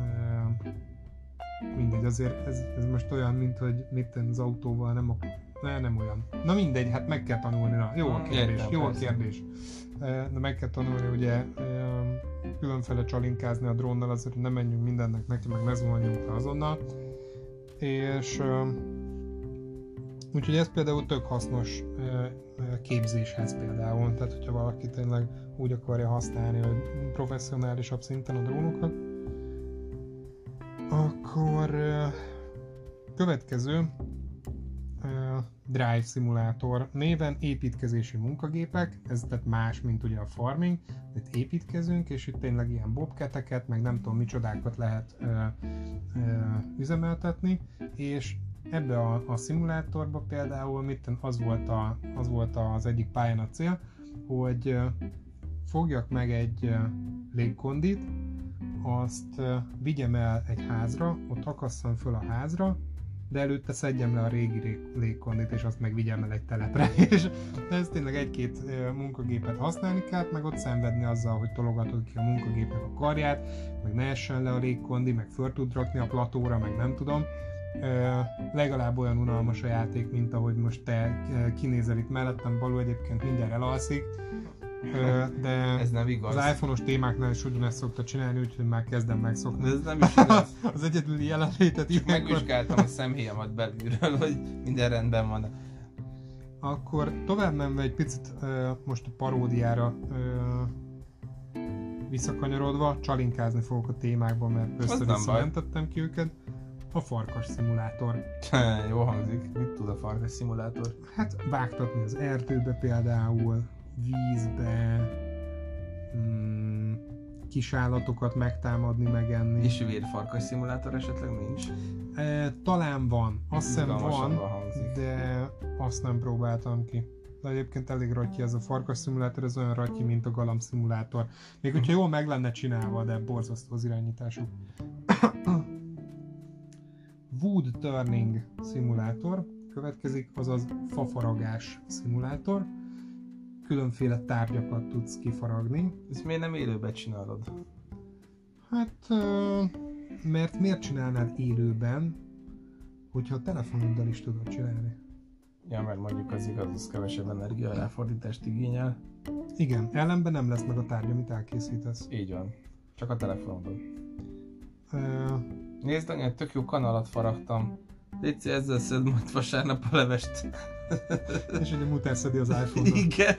mindegy, azért ez most olyan, mint hogy mit az autóval nem olyan. Na mindegy, hát meg kell tanulni. Na, jó a kérdés. De meg kell tanulni ugye különféle csalinkázni a drónnal, azért nem menjünk mindennek neki, meg ne zuhanjunk le azonnal. És úgyhogy ez például tök hasznos képzéshez például, tehát hogyha valaki tényleg úgy akarja használni, hogy professzionálisabb szinten a drónokat, akkor következő Drive Simulator néven építkezési munkagépek, ez tehát más, mint ugye a farming, itt építkezünk, és itt tényleg ilyen bobcateket, meg nem tudom micsodákat lehet üzemeltetni, és ebbe a szimulátorba például az volt az egyik pályán a cél, hogy fogjak meg egy légkondit, azt vigyem el egy házra, ott akasszam föl a házra, de előtte szedjem le a régi légkondit, és azt meg vigyem el egy telepre, és ez tényleg egy-két munkagépet használni kell, meg ott szenvedni azzal, hogy tologatod ki a munkagépnek a karját, meg ne essen le a légkondi, meg föl tud rakni a platóra, meg nem tudom. Legalább olyan unalmas a játék, mint ahogy most te kinézel itt mellettem, Balú egyébként mindjárt elalszik, de ez nem igaz. Az iPhone-os témáknál is ugyanezt szokta csinálni, úgyhogy már kezdem megszokni. De ez nem is igaz. Az egyedüli jelenlétet ilyenkor... Megvizsgáltam a szemhéjamat belülről, hogy minden rendben van. Akkor tovább menve egy picit most a paródiára visszakanyarodva, csalinkázni fogok a témákban, mert össze-vissza mentettem ki őket. A farkas szimulátor. Jó hangzik. Mit tud a farkas szimulátor? Hát vágtatni az erdőbe például, vízbe, kisállatokat megtámadni, megenni. És vérfarkas szimulátor esetleg nincs? Talán van. Azt hiszem van, de azt nem próbáltam ki. De egyébként elég ratyi ez a farkas szimulátor, ez olyan ratyi, mint a galamb szimulátor. Még hogyha jól meg lenne csinálva, de borzasztó az irányításuk. Wood Turning szimulátor következik, azaz fafaragás szimulátor. Különféle tárgyakat tudsz kifaragni. Ezt miért nem élőben csinálod? Hát, mert miért csinálnád élőben, hogyha a telefonoddal is tudod csinálni? Ja, mert mondjuk az igaz, az kevesebb energia ráfordítást igényel. Igen, ellenben nem lesz meg a tárgy, amit elkészítesz. Így van. Csak a telefonodon. Nézd, anya, tök jó kanalat faragtam. Léci, ezzel szed majd vasárnap a levest. És ugye muter szedi az iPhone-on. Igen.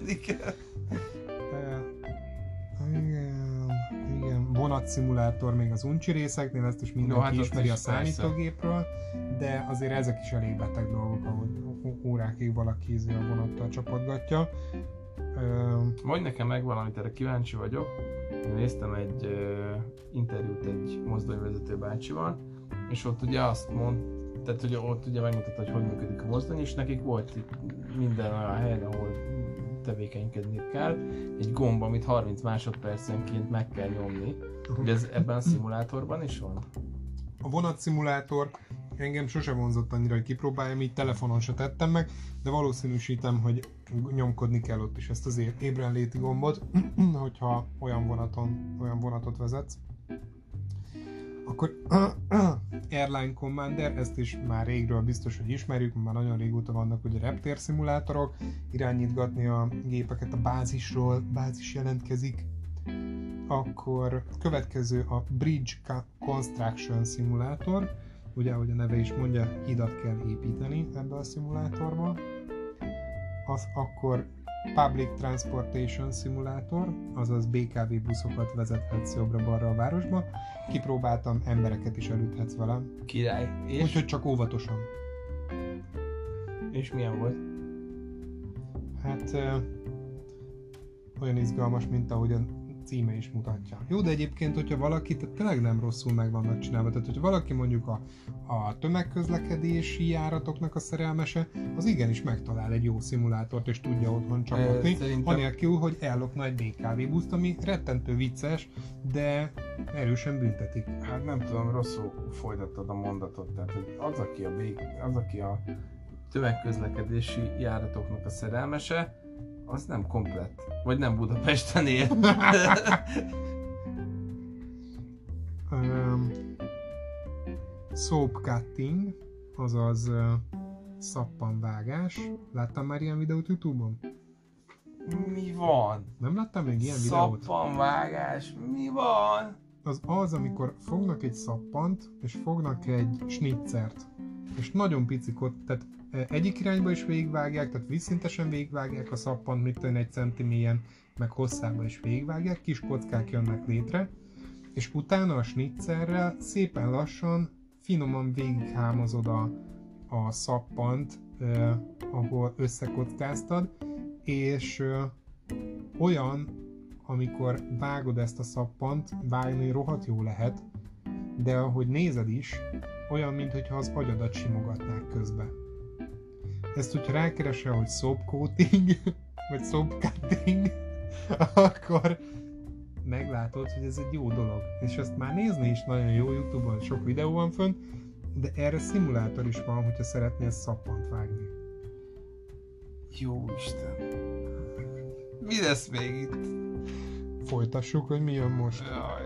Igen. Vonat-szimulátor még az uncsi részeknél, ezt is mindenki ismeri a számítógépről, de azért ezek is elég beteg dolgok, ahogy órákig valaki a vonattal csapatgatja. Mondj nekem meg valamit, erre kíváncsi vagyok. Én néztem egy interjút egy mozdonyvezető bácsival, és ott ugye azt tehát hogy ott ugye megmutatta, hogy működik a mozdony, és nekik volt minden olyan helyen, ahol tevékenykedni kell, egy gomb, amit 30 másodpercenként meg kell nyomni. Ugye ez ebben a szimulátorban is van? A vonatszimulátor engem sose vonzott annyira, hogy kipróbáljam, így telefonon se tettem meg, de valószínűsítem, hogy nyomkodni kell ott is ezt az ébrenléti gombot, hogyha olyan vonatot vezetsz. Akkor Airline Commander, ezt is már régről biztos, hogy ismerjük, már nagyon régóta vannak ugye reptérszimulátorok, irányítgatni a gépeket a bázisról, bázis jelentkezik. Akkor következő a Bridge Construction Simulator, ugye ahogy a neve is mondja, hidat kell építeni ebbe a szimulátorba. Akkor Public Transportation Simulator, azaz BKV buszokat vezethetsz jobbra-balra a városba. Kipróbáltam, embereket is elüthetsz velem. Király. És? Úgyhogy csak óvatosan. És milyen volt? Hát olyan izgalmas, mint ahogy a címe is mutatja. Jó, de egyébként, hogyha valaki, tehát tényleg nem rosszul meg vannak csinálva, tehát hogyha valaki mondjuk a tömegközlekedési járatoknak a szerelmese, az igenis megtalál egy jó szimulátort, és tudja otthon csapatni, anélkül, hogy ellopna egy BKV buszt, ami rettentő vicces, de erősen büntetik. Hát nem tudom, rosszul folytattad a mondatot, tehát hogy az, aki a tömegközlekedési járatoknak a szerelmese, az nem komplett. Vagy nem Budapesten él. Soap cutting, azaz szappanvágás. Láttam már ilyen videót YouTube-on? Mi van? Nem láttam még ilyen videót? Szappanvágás? Mi van? Az, amikor fognak egy szappant, és fognak egy snitzert. És nagyon picikot, tehát egyik irányba is végigvágják, tehát vízszintesen végigvágják a szappant, mit tenni 1 cm mélyen, meg hosszába is végigvágják, kis kockák jönnek létre, és utána a snitzerrel szépen lassan, finoman végighámozod a szappant, ahol összekockáztad, és olyan, amikor vágod ezt a szappant, vágni rohadt jó lehet, de ahogy nézed is, olyan, mintha az agyadat simogatnák közbe. Ezt, hogyha rákeresel, hogy soap coating, vagy soap cutting, akkor meglátod, hogy ez egy jó dolog. És ezt már nézni is nagyon jó, YouTube-on sok videó van fönn, De erre szimulátor is van, hogyha szeretnél szappant vágni. Jó Isten. Mi lesz még itt? Folytassuk, hogy mi jön most.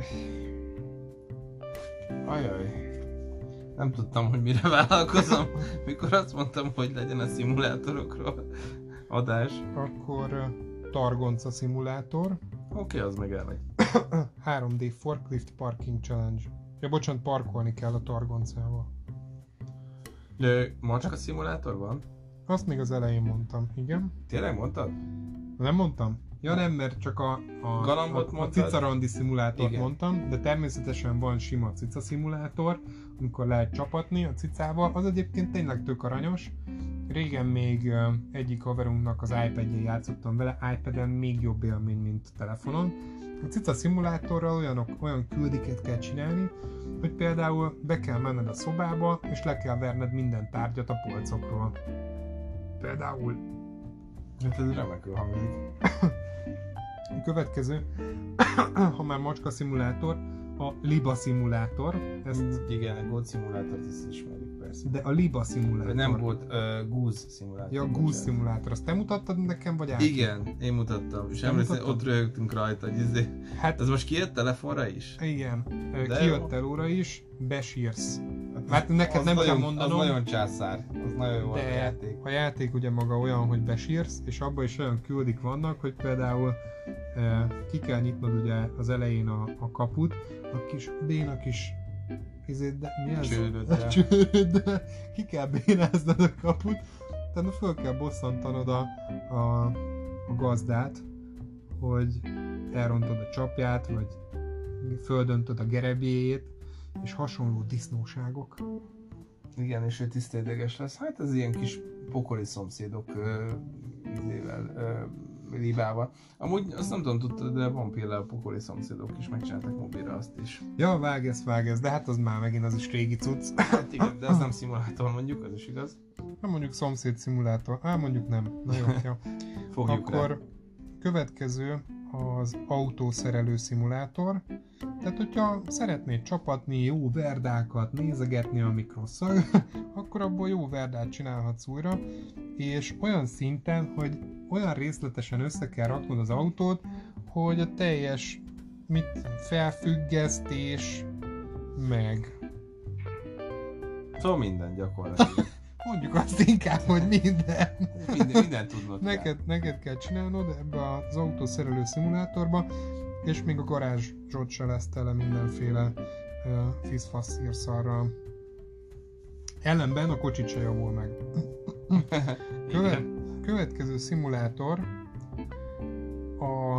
Ajaj. Nem tudtam, hogy mire vállalkozom, mikor azt mondtam, hogy legyen a szimulátorokról adás. Akkor Targonca szimulátor. Oké, az meg elmegy. 3D Forklift Parking Challenge. Ja, bocsánat, parkolni kell a Targoncával. De macska szimulátor van? Azt még az elején mondtam, igen. Tényleg mondtad? Nem mondtam? Ja nem, mert csak a cica-randi szimulátort igen. mondtam, de természetesen van sima cica szimulátor, amikor lehet csapatni a cicával. Az egyébként tényleg tök aranyos. Régen még egyik haverunknak az iPad-jén játszottam vele, iPad-en még jobb élmény, mint telefonon. A cica szimulátorral olyan küldiket kell csinálni, hogy például be kell menned a szobába, és le kell verned minden tárgyat a polcokról. Például. Hát ez remekül hangzik. A következő, ha már macska szimulátor, a Liba szimulátor. Ezt igen, a Goat szimulátort is ismerjük persze. De a Liba szimulátor. Nem volt Goose szimulátor. Ja, Goose szimulátor. Azt te mutattad nekem, vagy Áki? Igen, én mutattam. És emlékszem, ott röhögtünk rajta, hogy hát ez most kijött telefonra is? Igen, kijött telóra is, besírsz. Hát neked nem kell mondanom. Az nagyon császár, az nagyon jó a játék. A játék ugye maga olyan, hogy besírsz, és abban is olyan küldik vannak, hogy például ki kell nyitnod ugye az elején a kaput, a kis béna kis de mi ez? Csődöddel. Ki kell bénáznod a kaput, tehát föl kell bosszantanod a gazdát, hogy elrontod a csapját, vagy földöntöd a gerebjéjét, és hasonló disznóságok. Igen, és ő tisztéldeges lesz. Hát ez ilyen kis pokoli szomszédok Libával. Amúgy azt nem tudom, tudtad, de van például pokoli szomszédok is, megcsináltak mobilra azt is. Ja, vág ez, de hát az már megint az is régi cucc. Hát igen, de az nem szimulátor mondjuk, az is igaz. Nem mondjuk szomszéd szimulátor, mondjuk nem. Na jó. Fogjuk akkor rá. Következő az autószerelő szimulátor. Tehát, hogyha szeretnéd csapatni jó verdákat, nézegetni a mikrosszag, akkor abból jó verdát csinálhatsz újra, és olyan szinten, hogy olyan részletesen össze kell raknod az autót, hogy a teljes felfüggesztés meg. Szóval minden gyakorlatilag. Mondjuk azt inkább, hogy minden. Minden tudnod neked kell csinálnod ebbe az autószerelő szimulátorba, és még a garázsot se lesz tele mindenféle fiszfaszírszarral. Ellenben a kocsit se javul meg. Következő szimulátor a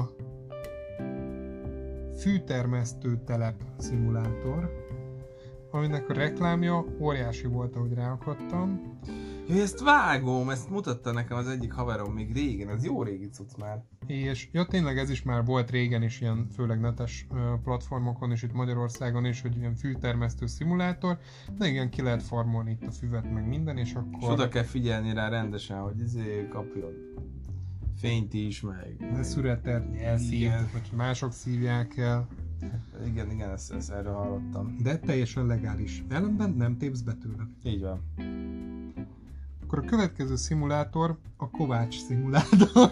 fűtermesztő telep szimulátor, aminek a reklámja óriási volt, ahogy ráakadtam. Ja, ezt vágom, ezt mutatta nekem az egyik haverom még régen, ez jó régi cucc már. És ja, tényleg ez is már volt régen is ilyen, főleg netes platformokon és itt Magyarországon is, hogy ilyen fűtermesztő szimulátor, de igen, ki lehet farmolni itt a füvet meg minden, és akkor... És oda kell figyelni rá rendesen, hogy kapjon fényt is, meg... De szüretet elszívt, vagy mások szívják el. Igen, ezt erről hallottam. De teljesen legális. Ellenben nem tépsz be tőle. Így van. Akkor a következő szimulátor a Kovács szimulátor.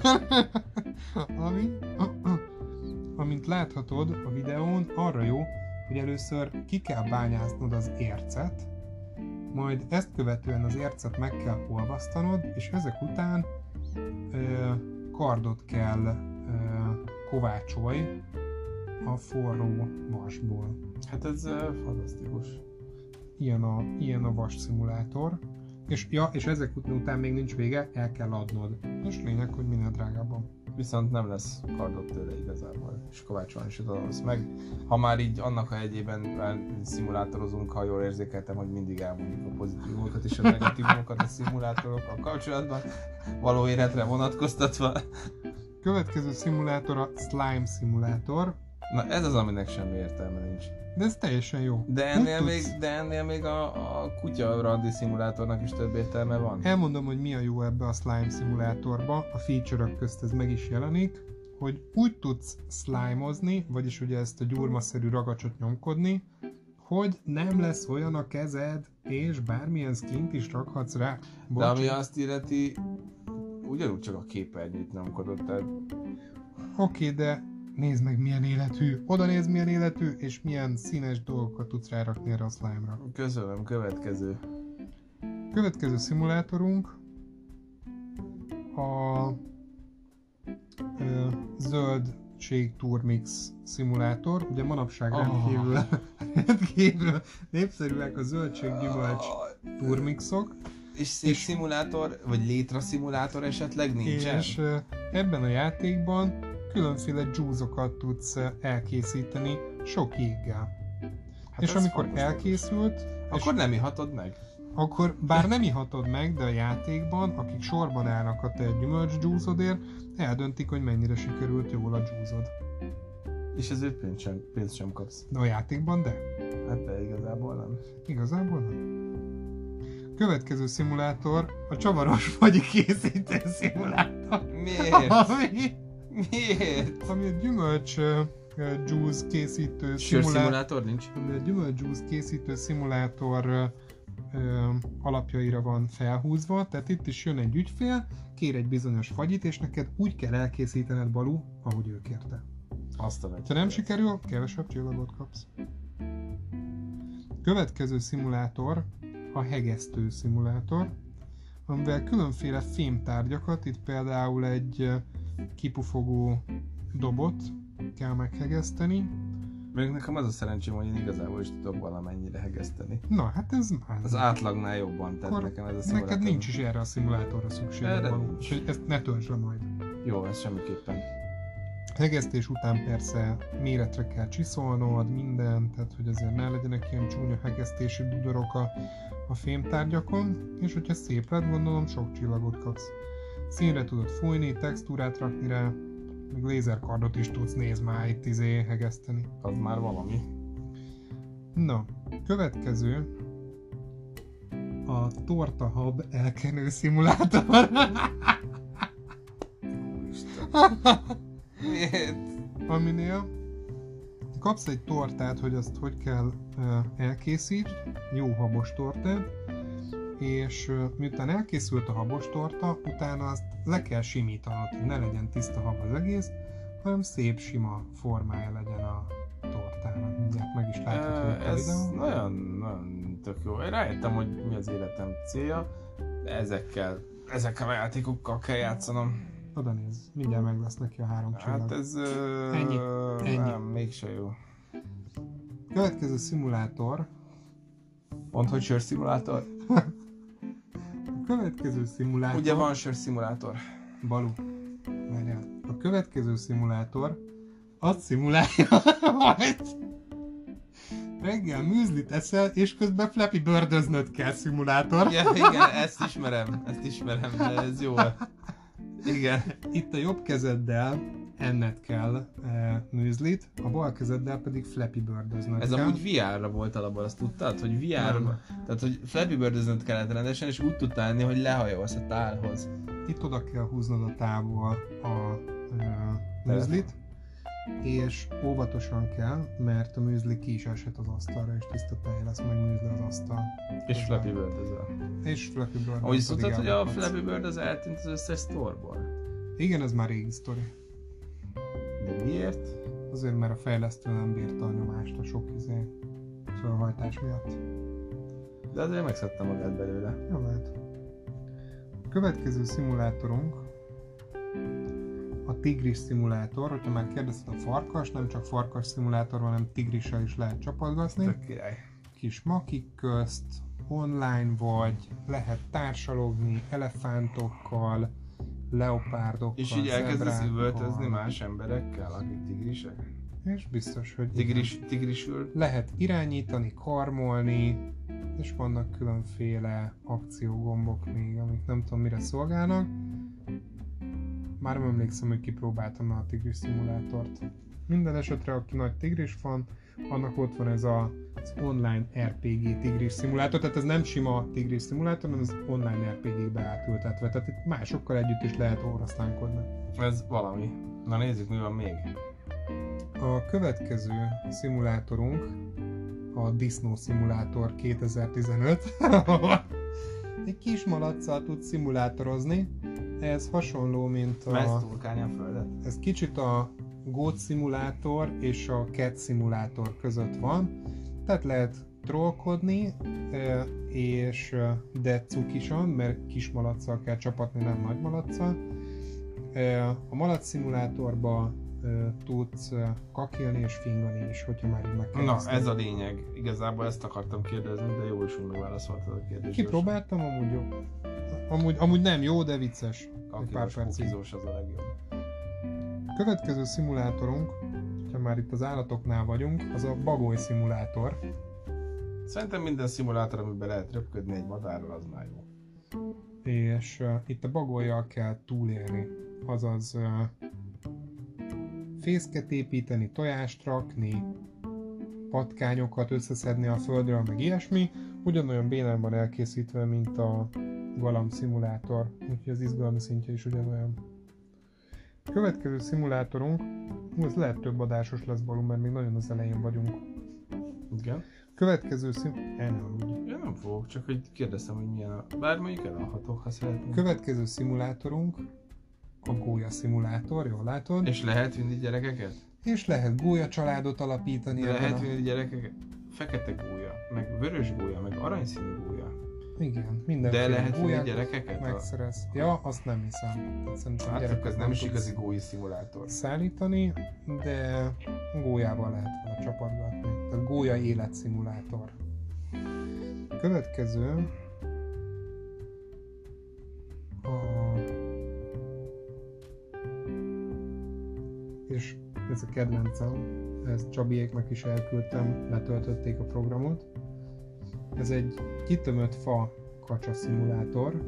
Amint láthatod a videón, arra jó, hogy először ki kell bányásznod az ércet, majd ezt követően az ércet meg kell olvasztanod, és ezek után kardot kell kovácsolj a forró vasból. Hát ez fantasztikus. Ilyen a vas szimulátor. És ezek után még nincs vége, el kell adnod. És lényeg, hogy minél drágábban. Viszont nem lesz kardot tőle igazából, és kovácsolni is tudod meg. Ha már így annak a hegyében szimulátorozunk, ha jól érzékeltem, hogy mindig elmondjuk a pozitívokat és a negatívokat a szimulátorokkal kapcsolatban, való életre vonatkoztatva. Következő szimulátor a slime szimulátor. Na ez az, aminek semmi értelme nincs. De ez teljesen jó. De ennél még a kutya randi szimulátornak is több értelme van. Elmondom, hogy mi a jó ebbe a slime szimulátorba, a feature-ök közt ez meg is jelenik, hogy úgy tudsz slime-ozni, vagyis ugye ezt a gyurmaszerű ragacsot nyomkodni, hogy nem lesz olyan a kezed, és bármilyen skint is rakhatsz rá. De ami azt illeti, ugyanúgy csak a képernyőt nem kodott el. Oké, de nézd meg milyen életű, oda nézd milyen életű, és milyen színes dolgokat tudsz rárakni erre a slime-ra. Köszönöm, következő. Következő szimulátorunk a zöldség turmix szimulátor. Ugye manapság rendkívül népszerűek a zöldség-gyümölcs turmixok. És szép szimulátor, vagy létra szimulátor esetleg nincsen? És ebben a játékban különféle juice-okat tudsz elkészíteni sok jéggel. Hát és amikor elkészült... Akkor nem ihatod meg? Akkor bár nem ihatod meg, de a játékban, akik sorban állnak a te gyümölcs juice-odért, eldöntik, hogy mennyire sikerült jól a juice-od. És ezért pénzt sem kapsz. De a játékban de? Hát de igazából nem. Igazából nem. Következő szimulátor a csavaros fagyi készítő szimulátor. Miért? Miért? Ami a gyümölcs juice készítő szimulátor nincs? Ami a gyümölcs juice készítő szimulátor alapjaira van felhúzva, tehát itt is jön egy ügyfél, kér egy bizonyos fagyit, és neked úgy kell elkészítened, Balú, ahogy ő kérte. Ha nem sikerül, kevesebb csillagot kapsz. Következő szimulátor a hegesztő szimulátor, amivel különféle fémtárgyakat, itt például egy kipufogó dobot kell meghegeszteni. Még nekem az a szerencsém, hogy én igazából is tudok valamennyire hegeszteni. Na, hát ez már... Az átlagnál jobban, tehát nekem ez a szimulátor... Neked nincs is erre a szimulátorra szükséged való, úgyhogy ezt ne töltsd le majd. Jó, ez semmiképpen. Hegesztés után persze méretre kell csiszolnod mindent, tehát hogy azért ne legyenek ilyen csúnya hegesztési dudorok a fémtárgyakon, és hogyha szép lett, gondolom sok csillagot kapsz. Színre tudod fújni, textúrát rakni rá, meg lézerkardot is tudsz, nézd már itt hegeszteni. Az már valami. Na, következő a Torta Hub elkenő szimulátor. Miért? Aminél kapsz egy tortát, hogy azt hogy kell elkészítsd, jó habos tortát, és miután elkészült a habos torta, utána azt le kell simítanod, hogy ne legyen tiszta hab az egész, hanem szép sima formája legyen a tortának. Mindjárt meg is látod, hogy ez nagyon tök jó. Én rájöttem, hogy mi az életem célja, de ezekkel a játékokkal kell játszanom. Oda nézz, mindjárt meg lesz neki a 3 csillag. Hát ez... Ennyi. Nem, mégse jó. Következő szimulátor. Mondd, hogy sörszimulátor. A következő szimulátor... Ugye van sörszimulátor. Balú, várjál. A következő szimulátor azt szimulálja, hogy reggel műzlit eszel, és közben Flappy Bird-öznöd kell szimulátor. Ja, igen, ezt ismerem, de ez jó. Igen. Itt a jobb kezeddel enned kell műzlit, a bal kezeddel pedig Flappy Bird-öznöd Ez kell. amúgy VR-ra volt alapban, azt tudtad? Hogy VR-ra, tehát hogy Flappy Bird-öznöd kellett rendesen, és úgy tudtál enni, hogy lehajolsz a tálhoz. Itt oda kell húznod a távol a műzlit, és óvatosan kell, mert a műzli ki is eshet az asztalra, és tiszta tej lesz meg műzli az asztal. És Flappy Bird-özel. És Flappy Bird. Ahogy tudtad, hogy a Flappy Bird az eltűnt az összes sztorból? Igen, ez már régi sztori. De miért? Azért, mert a fejlesztő nem bírta a nyomást a sok felhajtás miatt. De azért megszedte magát belőle. Jó lehet. A következő szimulátorunk a tigris szimulátor. Hogyha már kérdezted a farkas, nem csak farkas szimulátor, hanem tigrissel is lehet csapatgazni. Tök király. Kis makik közt, online vagy, lehet társalogni elefántokkal, leopárdokkal, És így elkezdesz zebrákkal. üvöltözni más emberekkel, akik tigrisek? És biztos, hogy Tigrisül? lehet irányítani, karmolni, és vannak különféle akciógombok még, amik nem tudom mire szolgálnak. Már nem emlékszem, hogy kipróbáltam a tigris szimulátort. Minden esetre, aki nagy tigris fan, annak ott van ez az online RPG tigris szimulátor, tehát ez nem sima tigris szimulátor, hanem az online RPG-be átültetve, tehát itt másokkal együtt is lehet oroszlánkodni. Ez valami. Na nézzük, mi van még. A következő szimulátorunk a Disznó Szimulátor 2015, egy kis malaccal tud szimulátorozni. Ez hasonló, mint Megszturkálni a földet? Ez kicsit a Goat szimulátor és a Cat szimulátor között van. Tehát lehet trollkodni, de cukisan, mert kis malaccal kell csapatni, nem nagy malaccal. A malac szimulátorban tudsz kakilni és fingani is, hogyha már így megkérdeztem. Na, ez a lényeg. Igazából ezt akartam kérdezni, de jó is megválaszoltad a kérdést. Kipróbáltam, amúgy jó. Amúgy nem jó, de vicces. Egy pár percig. Kukizós az a legjobb. Következő szimulátorunk, ha már itt az állatoknál vagyunk, az a bagoly szimulátor. Szerintem minden szimulátor, amiben lehet röpködni egy madárral, az már jó. És itt a bagollyal kell túlélni. Azaz fészket építeni, tojást rakni, patkányokat összeszedni a földről, meg ilyesmi. Ugyanolyan bénán van elkészítve, mint a galamb szimulátor, úgyhogy az izgalmi szintje is ugyanolyan. Következő szimulátorunk, ez lehet több adásos lesz, Balú, mert még nagyon az elején vagyunk. Igen? Következő Én nem fogok, csak hogy kérdeztem, hogy milyen a... Bár mondjuk elalhatok, ha szeretnék. Következő szimulátorunk a gólya szimulátor, jól látod? És lehet vinni gyerekeket? És lehet gólya családot alapítani. Lehet vinni gyerekeket? Fekete gólya, meg vörös gólya, meg aranyszínű gólya. Igen, mindenféle. De lehet vinni gyerekeket? Megszerez. Ja, azt nem hiszem. Szerintem hát ez nem is igazi gólya szimulátor. Szállítani, de gólyával lehet vele csapatgatni. Tehát gólya életszimulátor. Következő és ez a kedvencem, ezt Csabiéknak is elküldtem, letöltötték a programot. Ez egy kitömött fa kacsa szimulátor,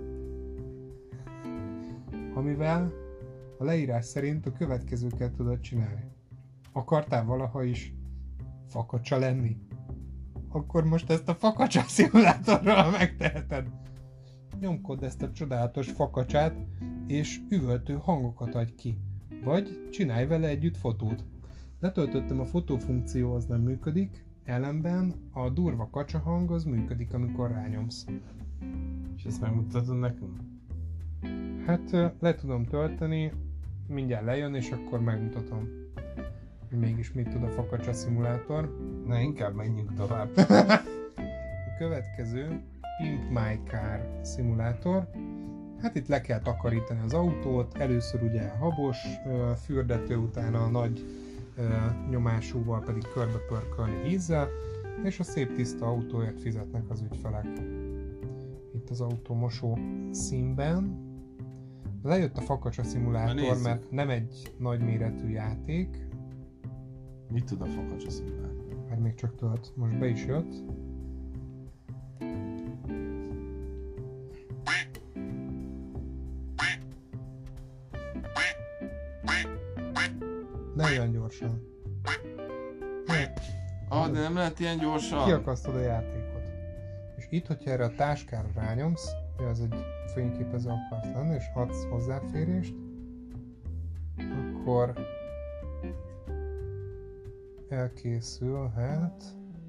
amivel a leírás szerint a következőket tudod csinálni. Akartál valaha is fakacsa lenni? Akkor most ezt a fakacsa szimulátorral megteheted. Nyomkod ezt a csodálatos fakacsát, és üvöltő hangokat adj ki. Vagy csinálj vele együtt fotót. Letöltöttem, a fotófunkció az nem működik, ellenben a durva kacsahang az működik, amikor rányomsz. És ezt megmutatod nekünk? Hát le tudom tölteni, mindjárt lejön, és akkor megmutatom, hogy mégis mit tud a fakacsa szimulátor. Na, inkább menjünk tovább. A következő Pimp My Car szimulátor. Hát itt le kell takarítani az autót, először ugye habos fürdető, utána a nagy nyomásúval pedig körbepörkölni vízzel, és a szép tiszta autóért fizetnek az ügyfelek. Itt az autómosó színben. Lejött a fakacsa szimulátor, mert nem egy nagyméretű játék. Mit tud a fakacsa szimulátor? Hát még csak tölt, most be is jött. Ne olyan gyorsan. De nem lehet ilyen gyorsan. Kiakasztod a játékot. És itt, hogyha erre a táskára rányomsz, hogy az egy fényképező akarsz lenni, és adsz hozzáférést, akkor elkészülhet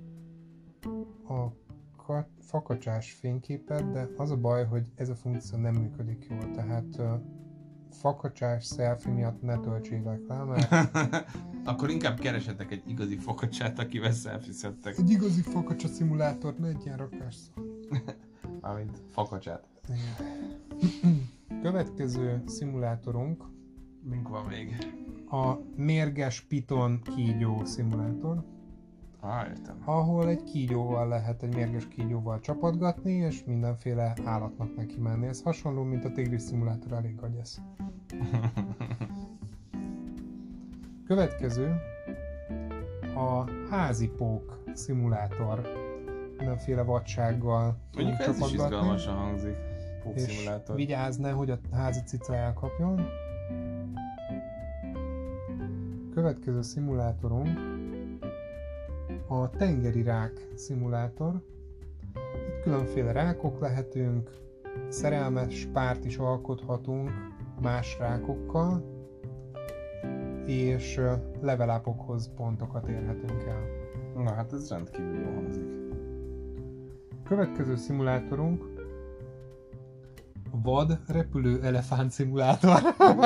a fakacsás fényképed, de az a baj, hogy ez a funkció nem működik jól, tehát fakacsás selfie miatt ne töltsétek le, mert... Akkor inkább keresetek egy igazi fakacsát, akivel selfie-szedtek. Egy igazi fakacsa szimulátor, ne egy ilyen rakásszó. Mármint fakacsát. Következő szimulátorunk. Mink van még? A mérges piton kígyó szimulátor. Értem. Ahol egy kígyóval lehet, egy mérges kígyóval csapatgatni, és mindenféle állatnak neki menni. Ez hasonló, mint a tigris szimulátor, elég agyesz. Következő a házi pók szimulátor. Mindenféle vadsággal mondjuk ez is izgalmasan hangzik. Pók és szimulátor. vigyázz ne, hogy a házi cica elkapjon. Következő szimulátorunk a tengeri rák szimulátor. Itt különféle rákok lehetünk, szerelmes párt is alkothatunk más rákokkal, és level upokhoz pontokat érhetünk el. Na hát ez rendkívül jó hangzik. Következő szimulátorunk a vad repülő elefánt szimulátor,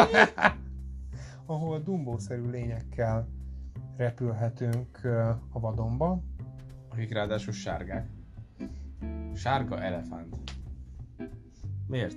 ahol Dumbo-szerű lényekkel repülhetünk a vadonba. Akik ráadásul sárgák. Sárga elefánt. Miért?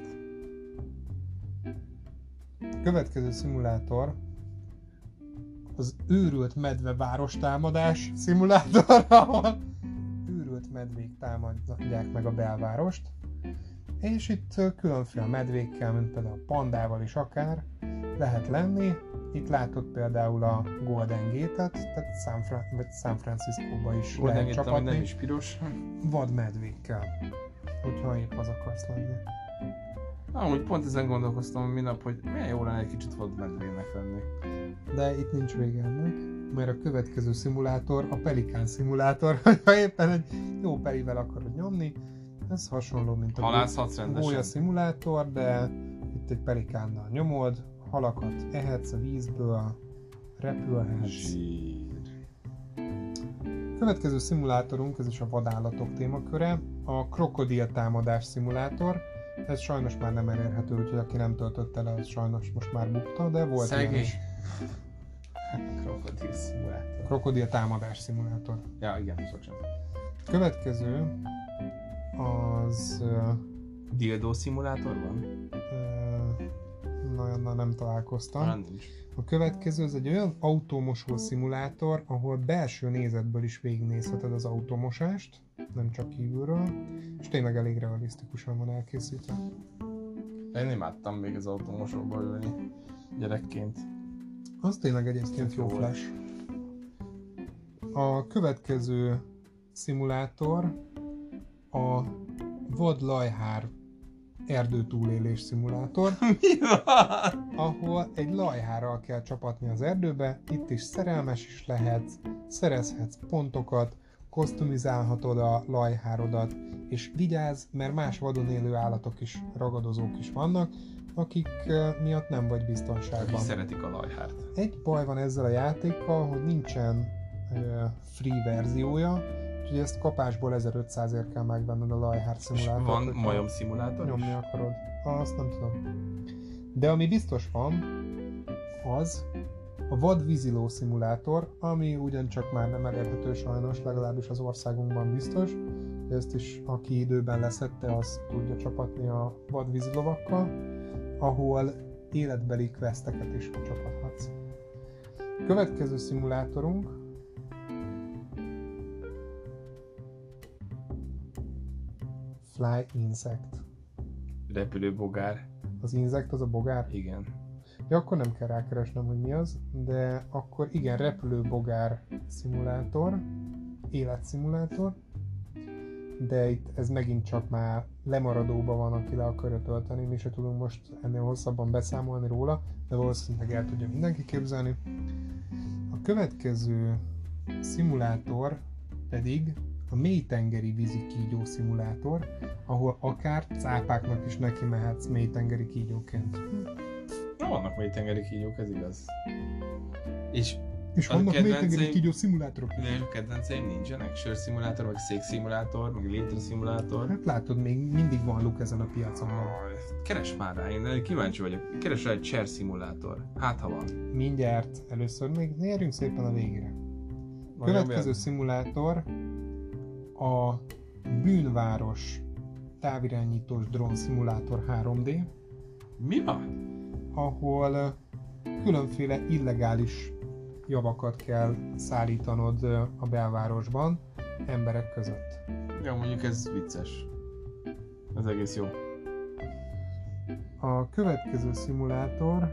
Következő szimulátor az őrült medve várostámadás szimulátor, ahol őrült medvék támadják meg a belvárost. És itt különféle medvékkel, mint például a pandával is akár lehet lenni. Itt látod például a Golden Gate-et, tehát San Francisco-ba is Golden lehet Gate, csapatni. ami nem is piros. Vadmedvékkel, hogyha épp az akarsz lenni. Amúgy pont ezen gondolkoztam minap, hogy milyen jó lenne egy kicsit vadmedvének lenni. De itt nincs vége ennek, mert a következő szimulátor a pelikán szimulátor, hogyha éppen egy jó pelivel akarod nyomni. Ez hasonló, mint a Halászhatsz rendesen. gólya szimulátor, de itt egy pelikánnal nyomod, halakat ehetsz a vízből, repülhetsz. Zsír. Következő szimulátorunk, ez is a vadállatok témaköre, a krokodil támadás szimulátor. Ez sajnos már nem elérhető, úgyhogy aki nem töltötte le, az sajnos most már bukta, de volt ilyen Szegény. is. Krokodil szimulátor. Krokodil támadás szimulátor. Ja, igen, bocsánat. Következő az... Dildo szimulátor van? Nagyon nem találkoztam. Már nincs. A következő az egy olyan autómosó szimulátor, ahol belső nézetből is végignézheted az autómosást, nem csak kívülről, és tényleg elég realisztikusan van elkészítve. Én imádtam még az autómosóba ülni gyerekként. Az tényleg egyébként jó Jó. flash. A következő szimulátor a vadlajhár erdőtúlélés szimulátor, Mi van? ahol egy lajhárral kell csapatni az erdőbe, itt is szerelmes is lehetsz, szerezhetsz pontokat, kosztumizálhatod a lajhárodat, és vigyázz, mert más vadon élő állatok is, ragadozók is vannak, akik miatt nem vagy Akik biztonságban. szeretik a lajhárt. Egy baj van ezzel a játékkal, hogy nincsen free verziója, úgyhogy ezt kapásból 1500-ért kell megvenned a lajhár És szimulátort. van hogyha majom szimulátor is? nyomni akarod. Azt nem tudom. De ami biztos van, az a vad víziló szimulátor, ami ugyancsak már nem elérhető sajnos, legalábbis az országunkban biztos. Ezt is, aki időben leszette, az tudja csapatni a vad vízilovakkal, ahol életbeli questeket is csapathatsz. Következő szimulátorunk Fly Insect. Repülőbogár. Az insect az a bogár? Igen. Ja, akkor nem kell rákeresnem, hogy mi az, de akkor igen, repülőbogár szimulátor, életszimulátor, de itt ez megint csak már lemaradóban van, aki le akarja tölteni, mi se tudunk most ennél hosszabban beszámolni róla, de valószínűleg el tudja mindenki képzelni. A következő szimulátor pedig a mélytengeri vízikígyó szimulátor, ahol akár cápáknak is neki mehetsz mélytengeri kígyóként. Na, vannak még tengeri kígyók, ez igaz. És És A vannak kedvenceim- mélytengeri kígyó szimulátorok is. de kedvenceim nincsenek? Sörszimulátor, vagy székszimulátor, meg létraszimulátor. Hát látod, még mindig van luk ezen a piacon. Keres már rá, én kíváncsi vagyok. Keres rá egy chair szimulátor. Hát ha van. Mindjárt, először még érjünk szépen a végére. Nagyon Következő jó. szimulátor a bűnváros távirányítós drón szimulátor 3D, Mi van? ahol különféle illegális javakat kell szállítanod a belvárosban emberek között. Ja, mondjuk ez vicces. Ez egész jó. A következő szimulátor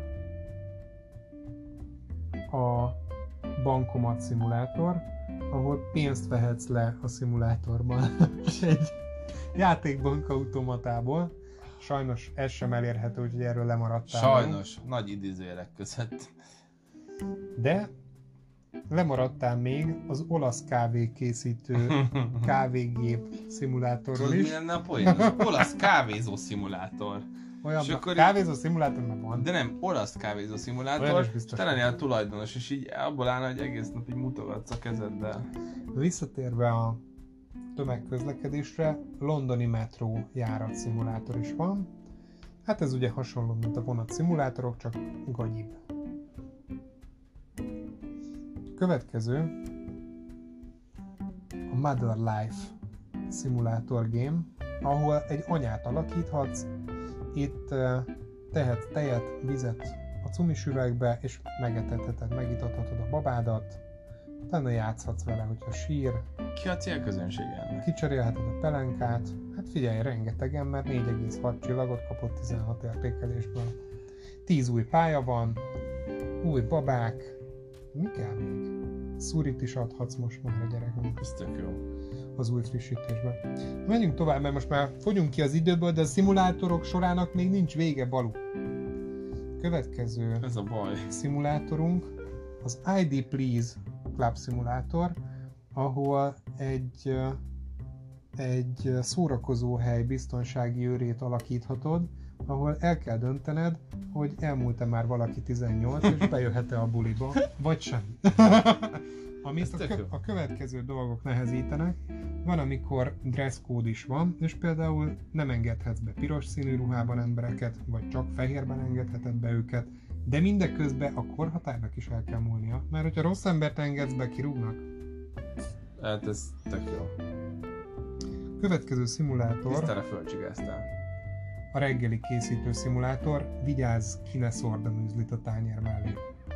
a bankomat szimulátor, ahol pénzt vehetsz le a szimulátorban. És egy játékbankautomatából. Sajnos ez sem elérhető, úgyhogy erről lemaradtál. Sajnos, nagy idézőjelek között. De lemaradtál még az olasz kávékészítő kávégép szimulátorról Tudod, mi is. lenne a poén? Az olasz kávézó szimulátor. olyan kávézó szimulátor már van. De nem, olasz kávézó szimulátor, és te lennél a tulajdonos, és így abból állna, hogy egész nap így mutogatsz a kezeddel. Visszatérve a tömegközlekedésre, londoni metró járat szimulátor is van. Hát ez ugye hasonló, mint a vonat szimulátorok, csak gagyibb. Következő a Mother Life Simulator Game, ahol egy anyát alakíthatsz, itt tehetsz tejet, vizet a cumis üvegbe, és megetetheted, megitathatod a babádat, utána játszhatsz vele, hogyha sír. Ki a célközönség ennek? Kicserélheted a pelenkát, hát figyelj, rengetegen, mert 4,6 csillagot kapott 16 értékelésből. 10 új pálya van, új babák, mi kell még? Szurit is adhatsz most már a gyereknek. Ez tök jó. Az új frissítésben. Menjünk tovább, mert most már fogyunk ki az időből, de a szimulátorok sorának még nincs vége, Balú. Következő ez a baj. Szimulátorunk az ID Please Club Simulator, ahol egy szórakozóhely biztonsági őrét alakíthatod, ahol el kell döntened, hogy elmúlt-e már valaki 18, és bejöhet-e a buliba, vagy sem. Amit a következő dolgok nehezítenek. Van, amikor dresscode is van, és például nem engedhetsz be piros színű ruhában embereket, vagy csak fehérben engedheted be őket, de mindeközben a korhatárnak is el kell múlnia, mert hogyha rossz embert engedsz be, kirúgnak. Hát ez tök jó. Következő szimulátor... Tisztára fölcsigáztál. A reggeli készítő szimulátor, vigyázz, ki ne szórd a műzlit a tányér mellé.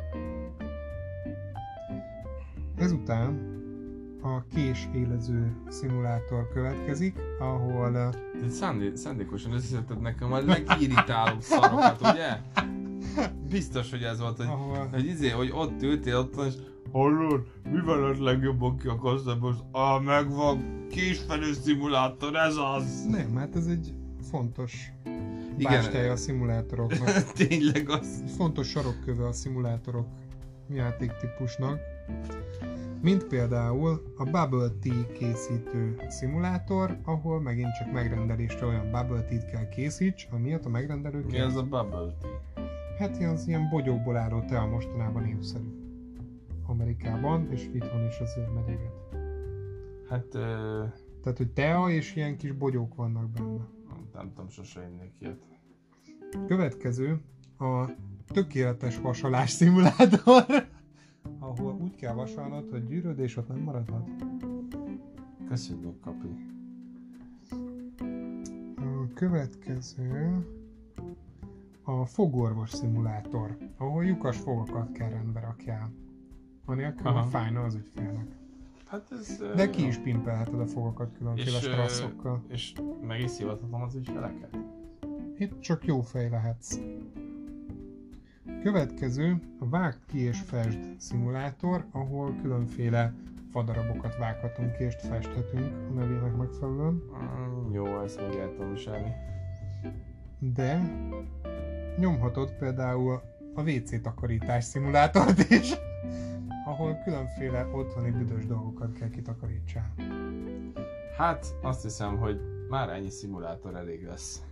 Ezután a kés élező szimulátor következik, ahol... Szándékosan összeszedted nekem a legirritálóbb szarokat, ugye? Biztos, hogy ez volt, hogy ott ültél ott, és hallod, mi van az legjobban ki a kasszában? Megvan, késfelő szimulátor, ez az! Nem, hát ez egy fontos bástyája a szimulátoroknak. Tényleg az. Fontos sarokköve a szimulátorok játéktípusnak. Mint például a Bubble Tea készítő szimulátor, ahol megint csak megrendelésre olyan Bubble Tea-t kell készíts, amiatt a megrendelők... Mi az a Bubble Tea? Hát ilyen bogyókból álló tea mostanában népszerű. Amerikában, és itthon is azért megyeget. Hát... Tehát, hogy tea és ilyen kis bogyók vannak benne. Nem tudom, sose innék ilyet. Következő a tökéletes vasalás szimulátor, ahol úgy kell vasalnod, hogy gyűrődés ott nem maradhat. Köszönjük, Kapi. A következő a fogorvos szimulátor, ahol lyukas fogakat kell rendbe rakjál. Anélkül, hogy fájna az ügyfélnek. Hát ez... De ki is pimpelheted a fogakat különféle stresszokkal. És meg is szivathatom az ügyfeleket? Itt csak jó fej lehetsz. Következő a vágd ki és fest szimulátor, ahol különféle fadarabokat vághatunk ki és festhetünk a nevének megfelelően. Jó, ezt meg el tudom viselni. De nyomhatod például a WC takarítás szimulátort is, ahol különféle otthoni büdös dolgokat kell kitakarítsál. Hát azt hiszem, hogy már ennyi szimulátor elég lesz.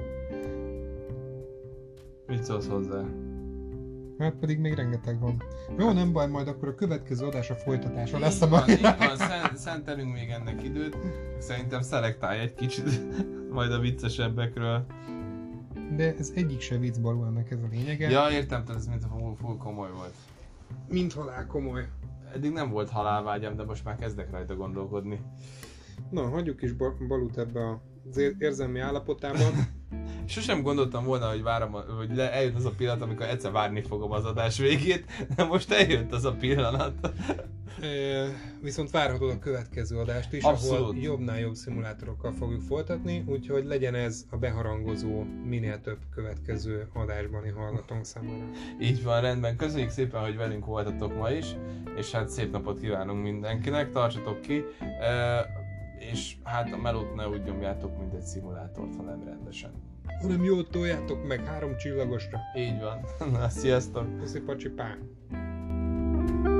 Mit szólsz hozzá? Hát pedig még rengeteg van. Jó, nem baj, majd akkor a következő adás a folytatása lesz a mai. Szentelünk még ennek időt. Szerintem szelektálj egy kicsit majd a viccesebbekről. De ez egyik se vicc, Balú, ennek ez a lényege. Ja, értem, tehát ez mint a full komoly volt. Mint halál komoly. Eddig nem volt halálvágyam, de most már kezdek rajta gondolkodni. Na, hagyjuk is Balut ebbe az érzelmi állapotában. Sosem gondoltam volna, hogy hogy eljött az a pillanat, amikor egyszer várni fogom az adás végét, de most eljött az a pillanat. Viszont várhatod a következő adást is, abszolút, ahol jobbnál jobb szimulátorokkal fogjuk folytatni, úgyhogy legyen ez a beharangozó minél több következő adásbani hallgatónk számára. Így van, rendben. Köszönjük szépen, hogy velünk voltatok ma is, és hát szép napot kívánunk mindenkinek, tartsatok ki, és hát a melót ne úgy nyomjátok, mint egy szimulátort, hanem rendesen. Hanem jól toljátok meg 3 csillagosra. Így van. Na, sziasztok! Köszi, pacsi, pá!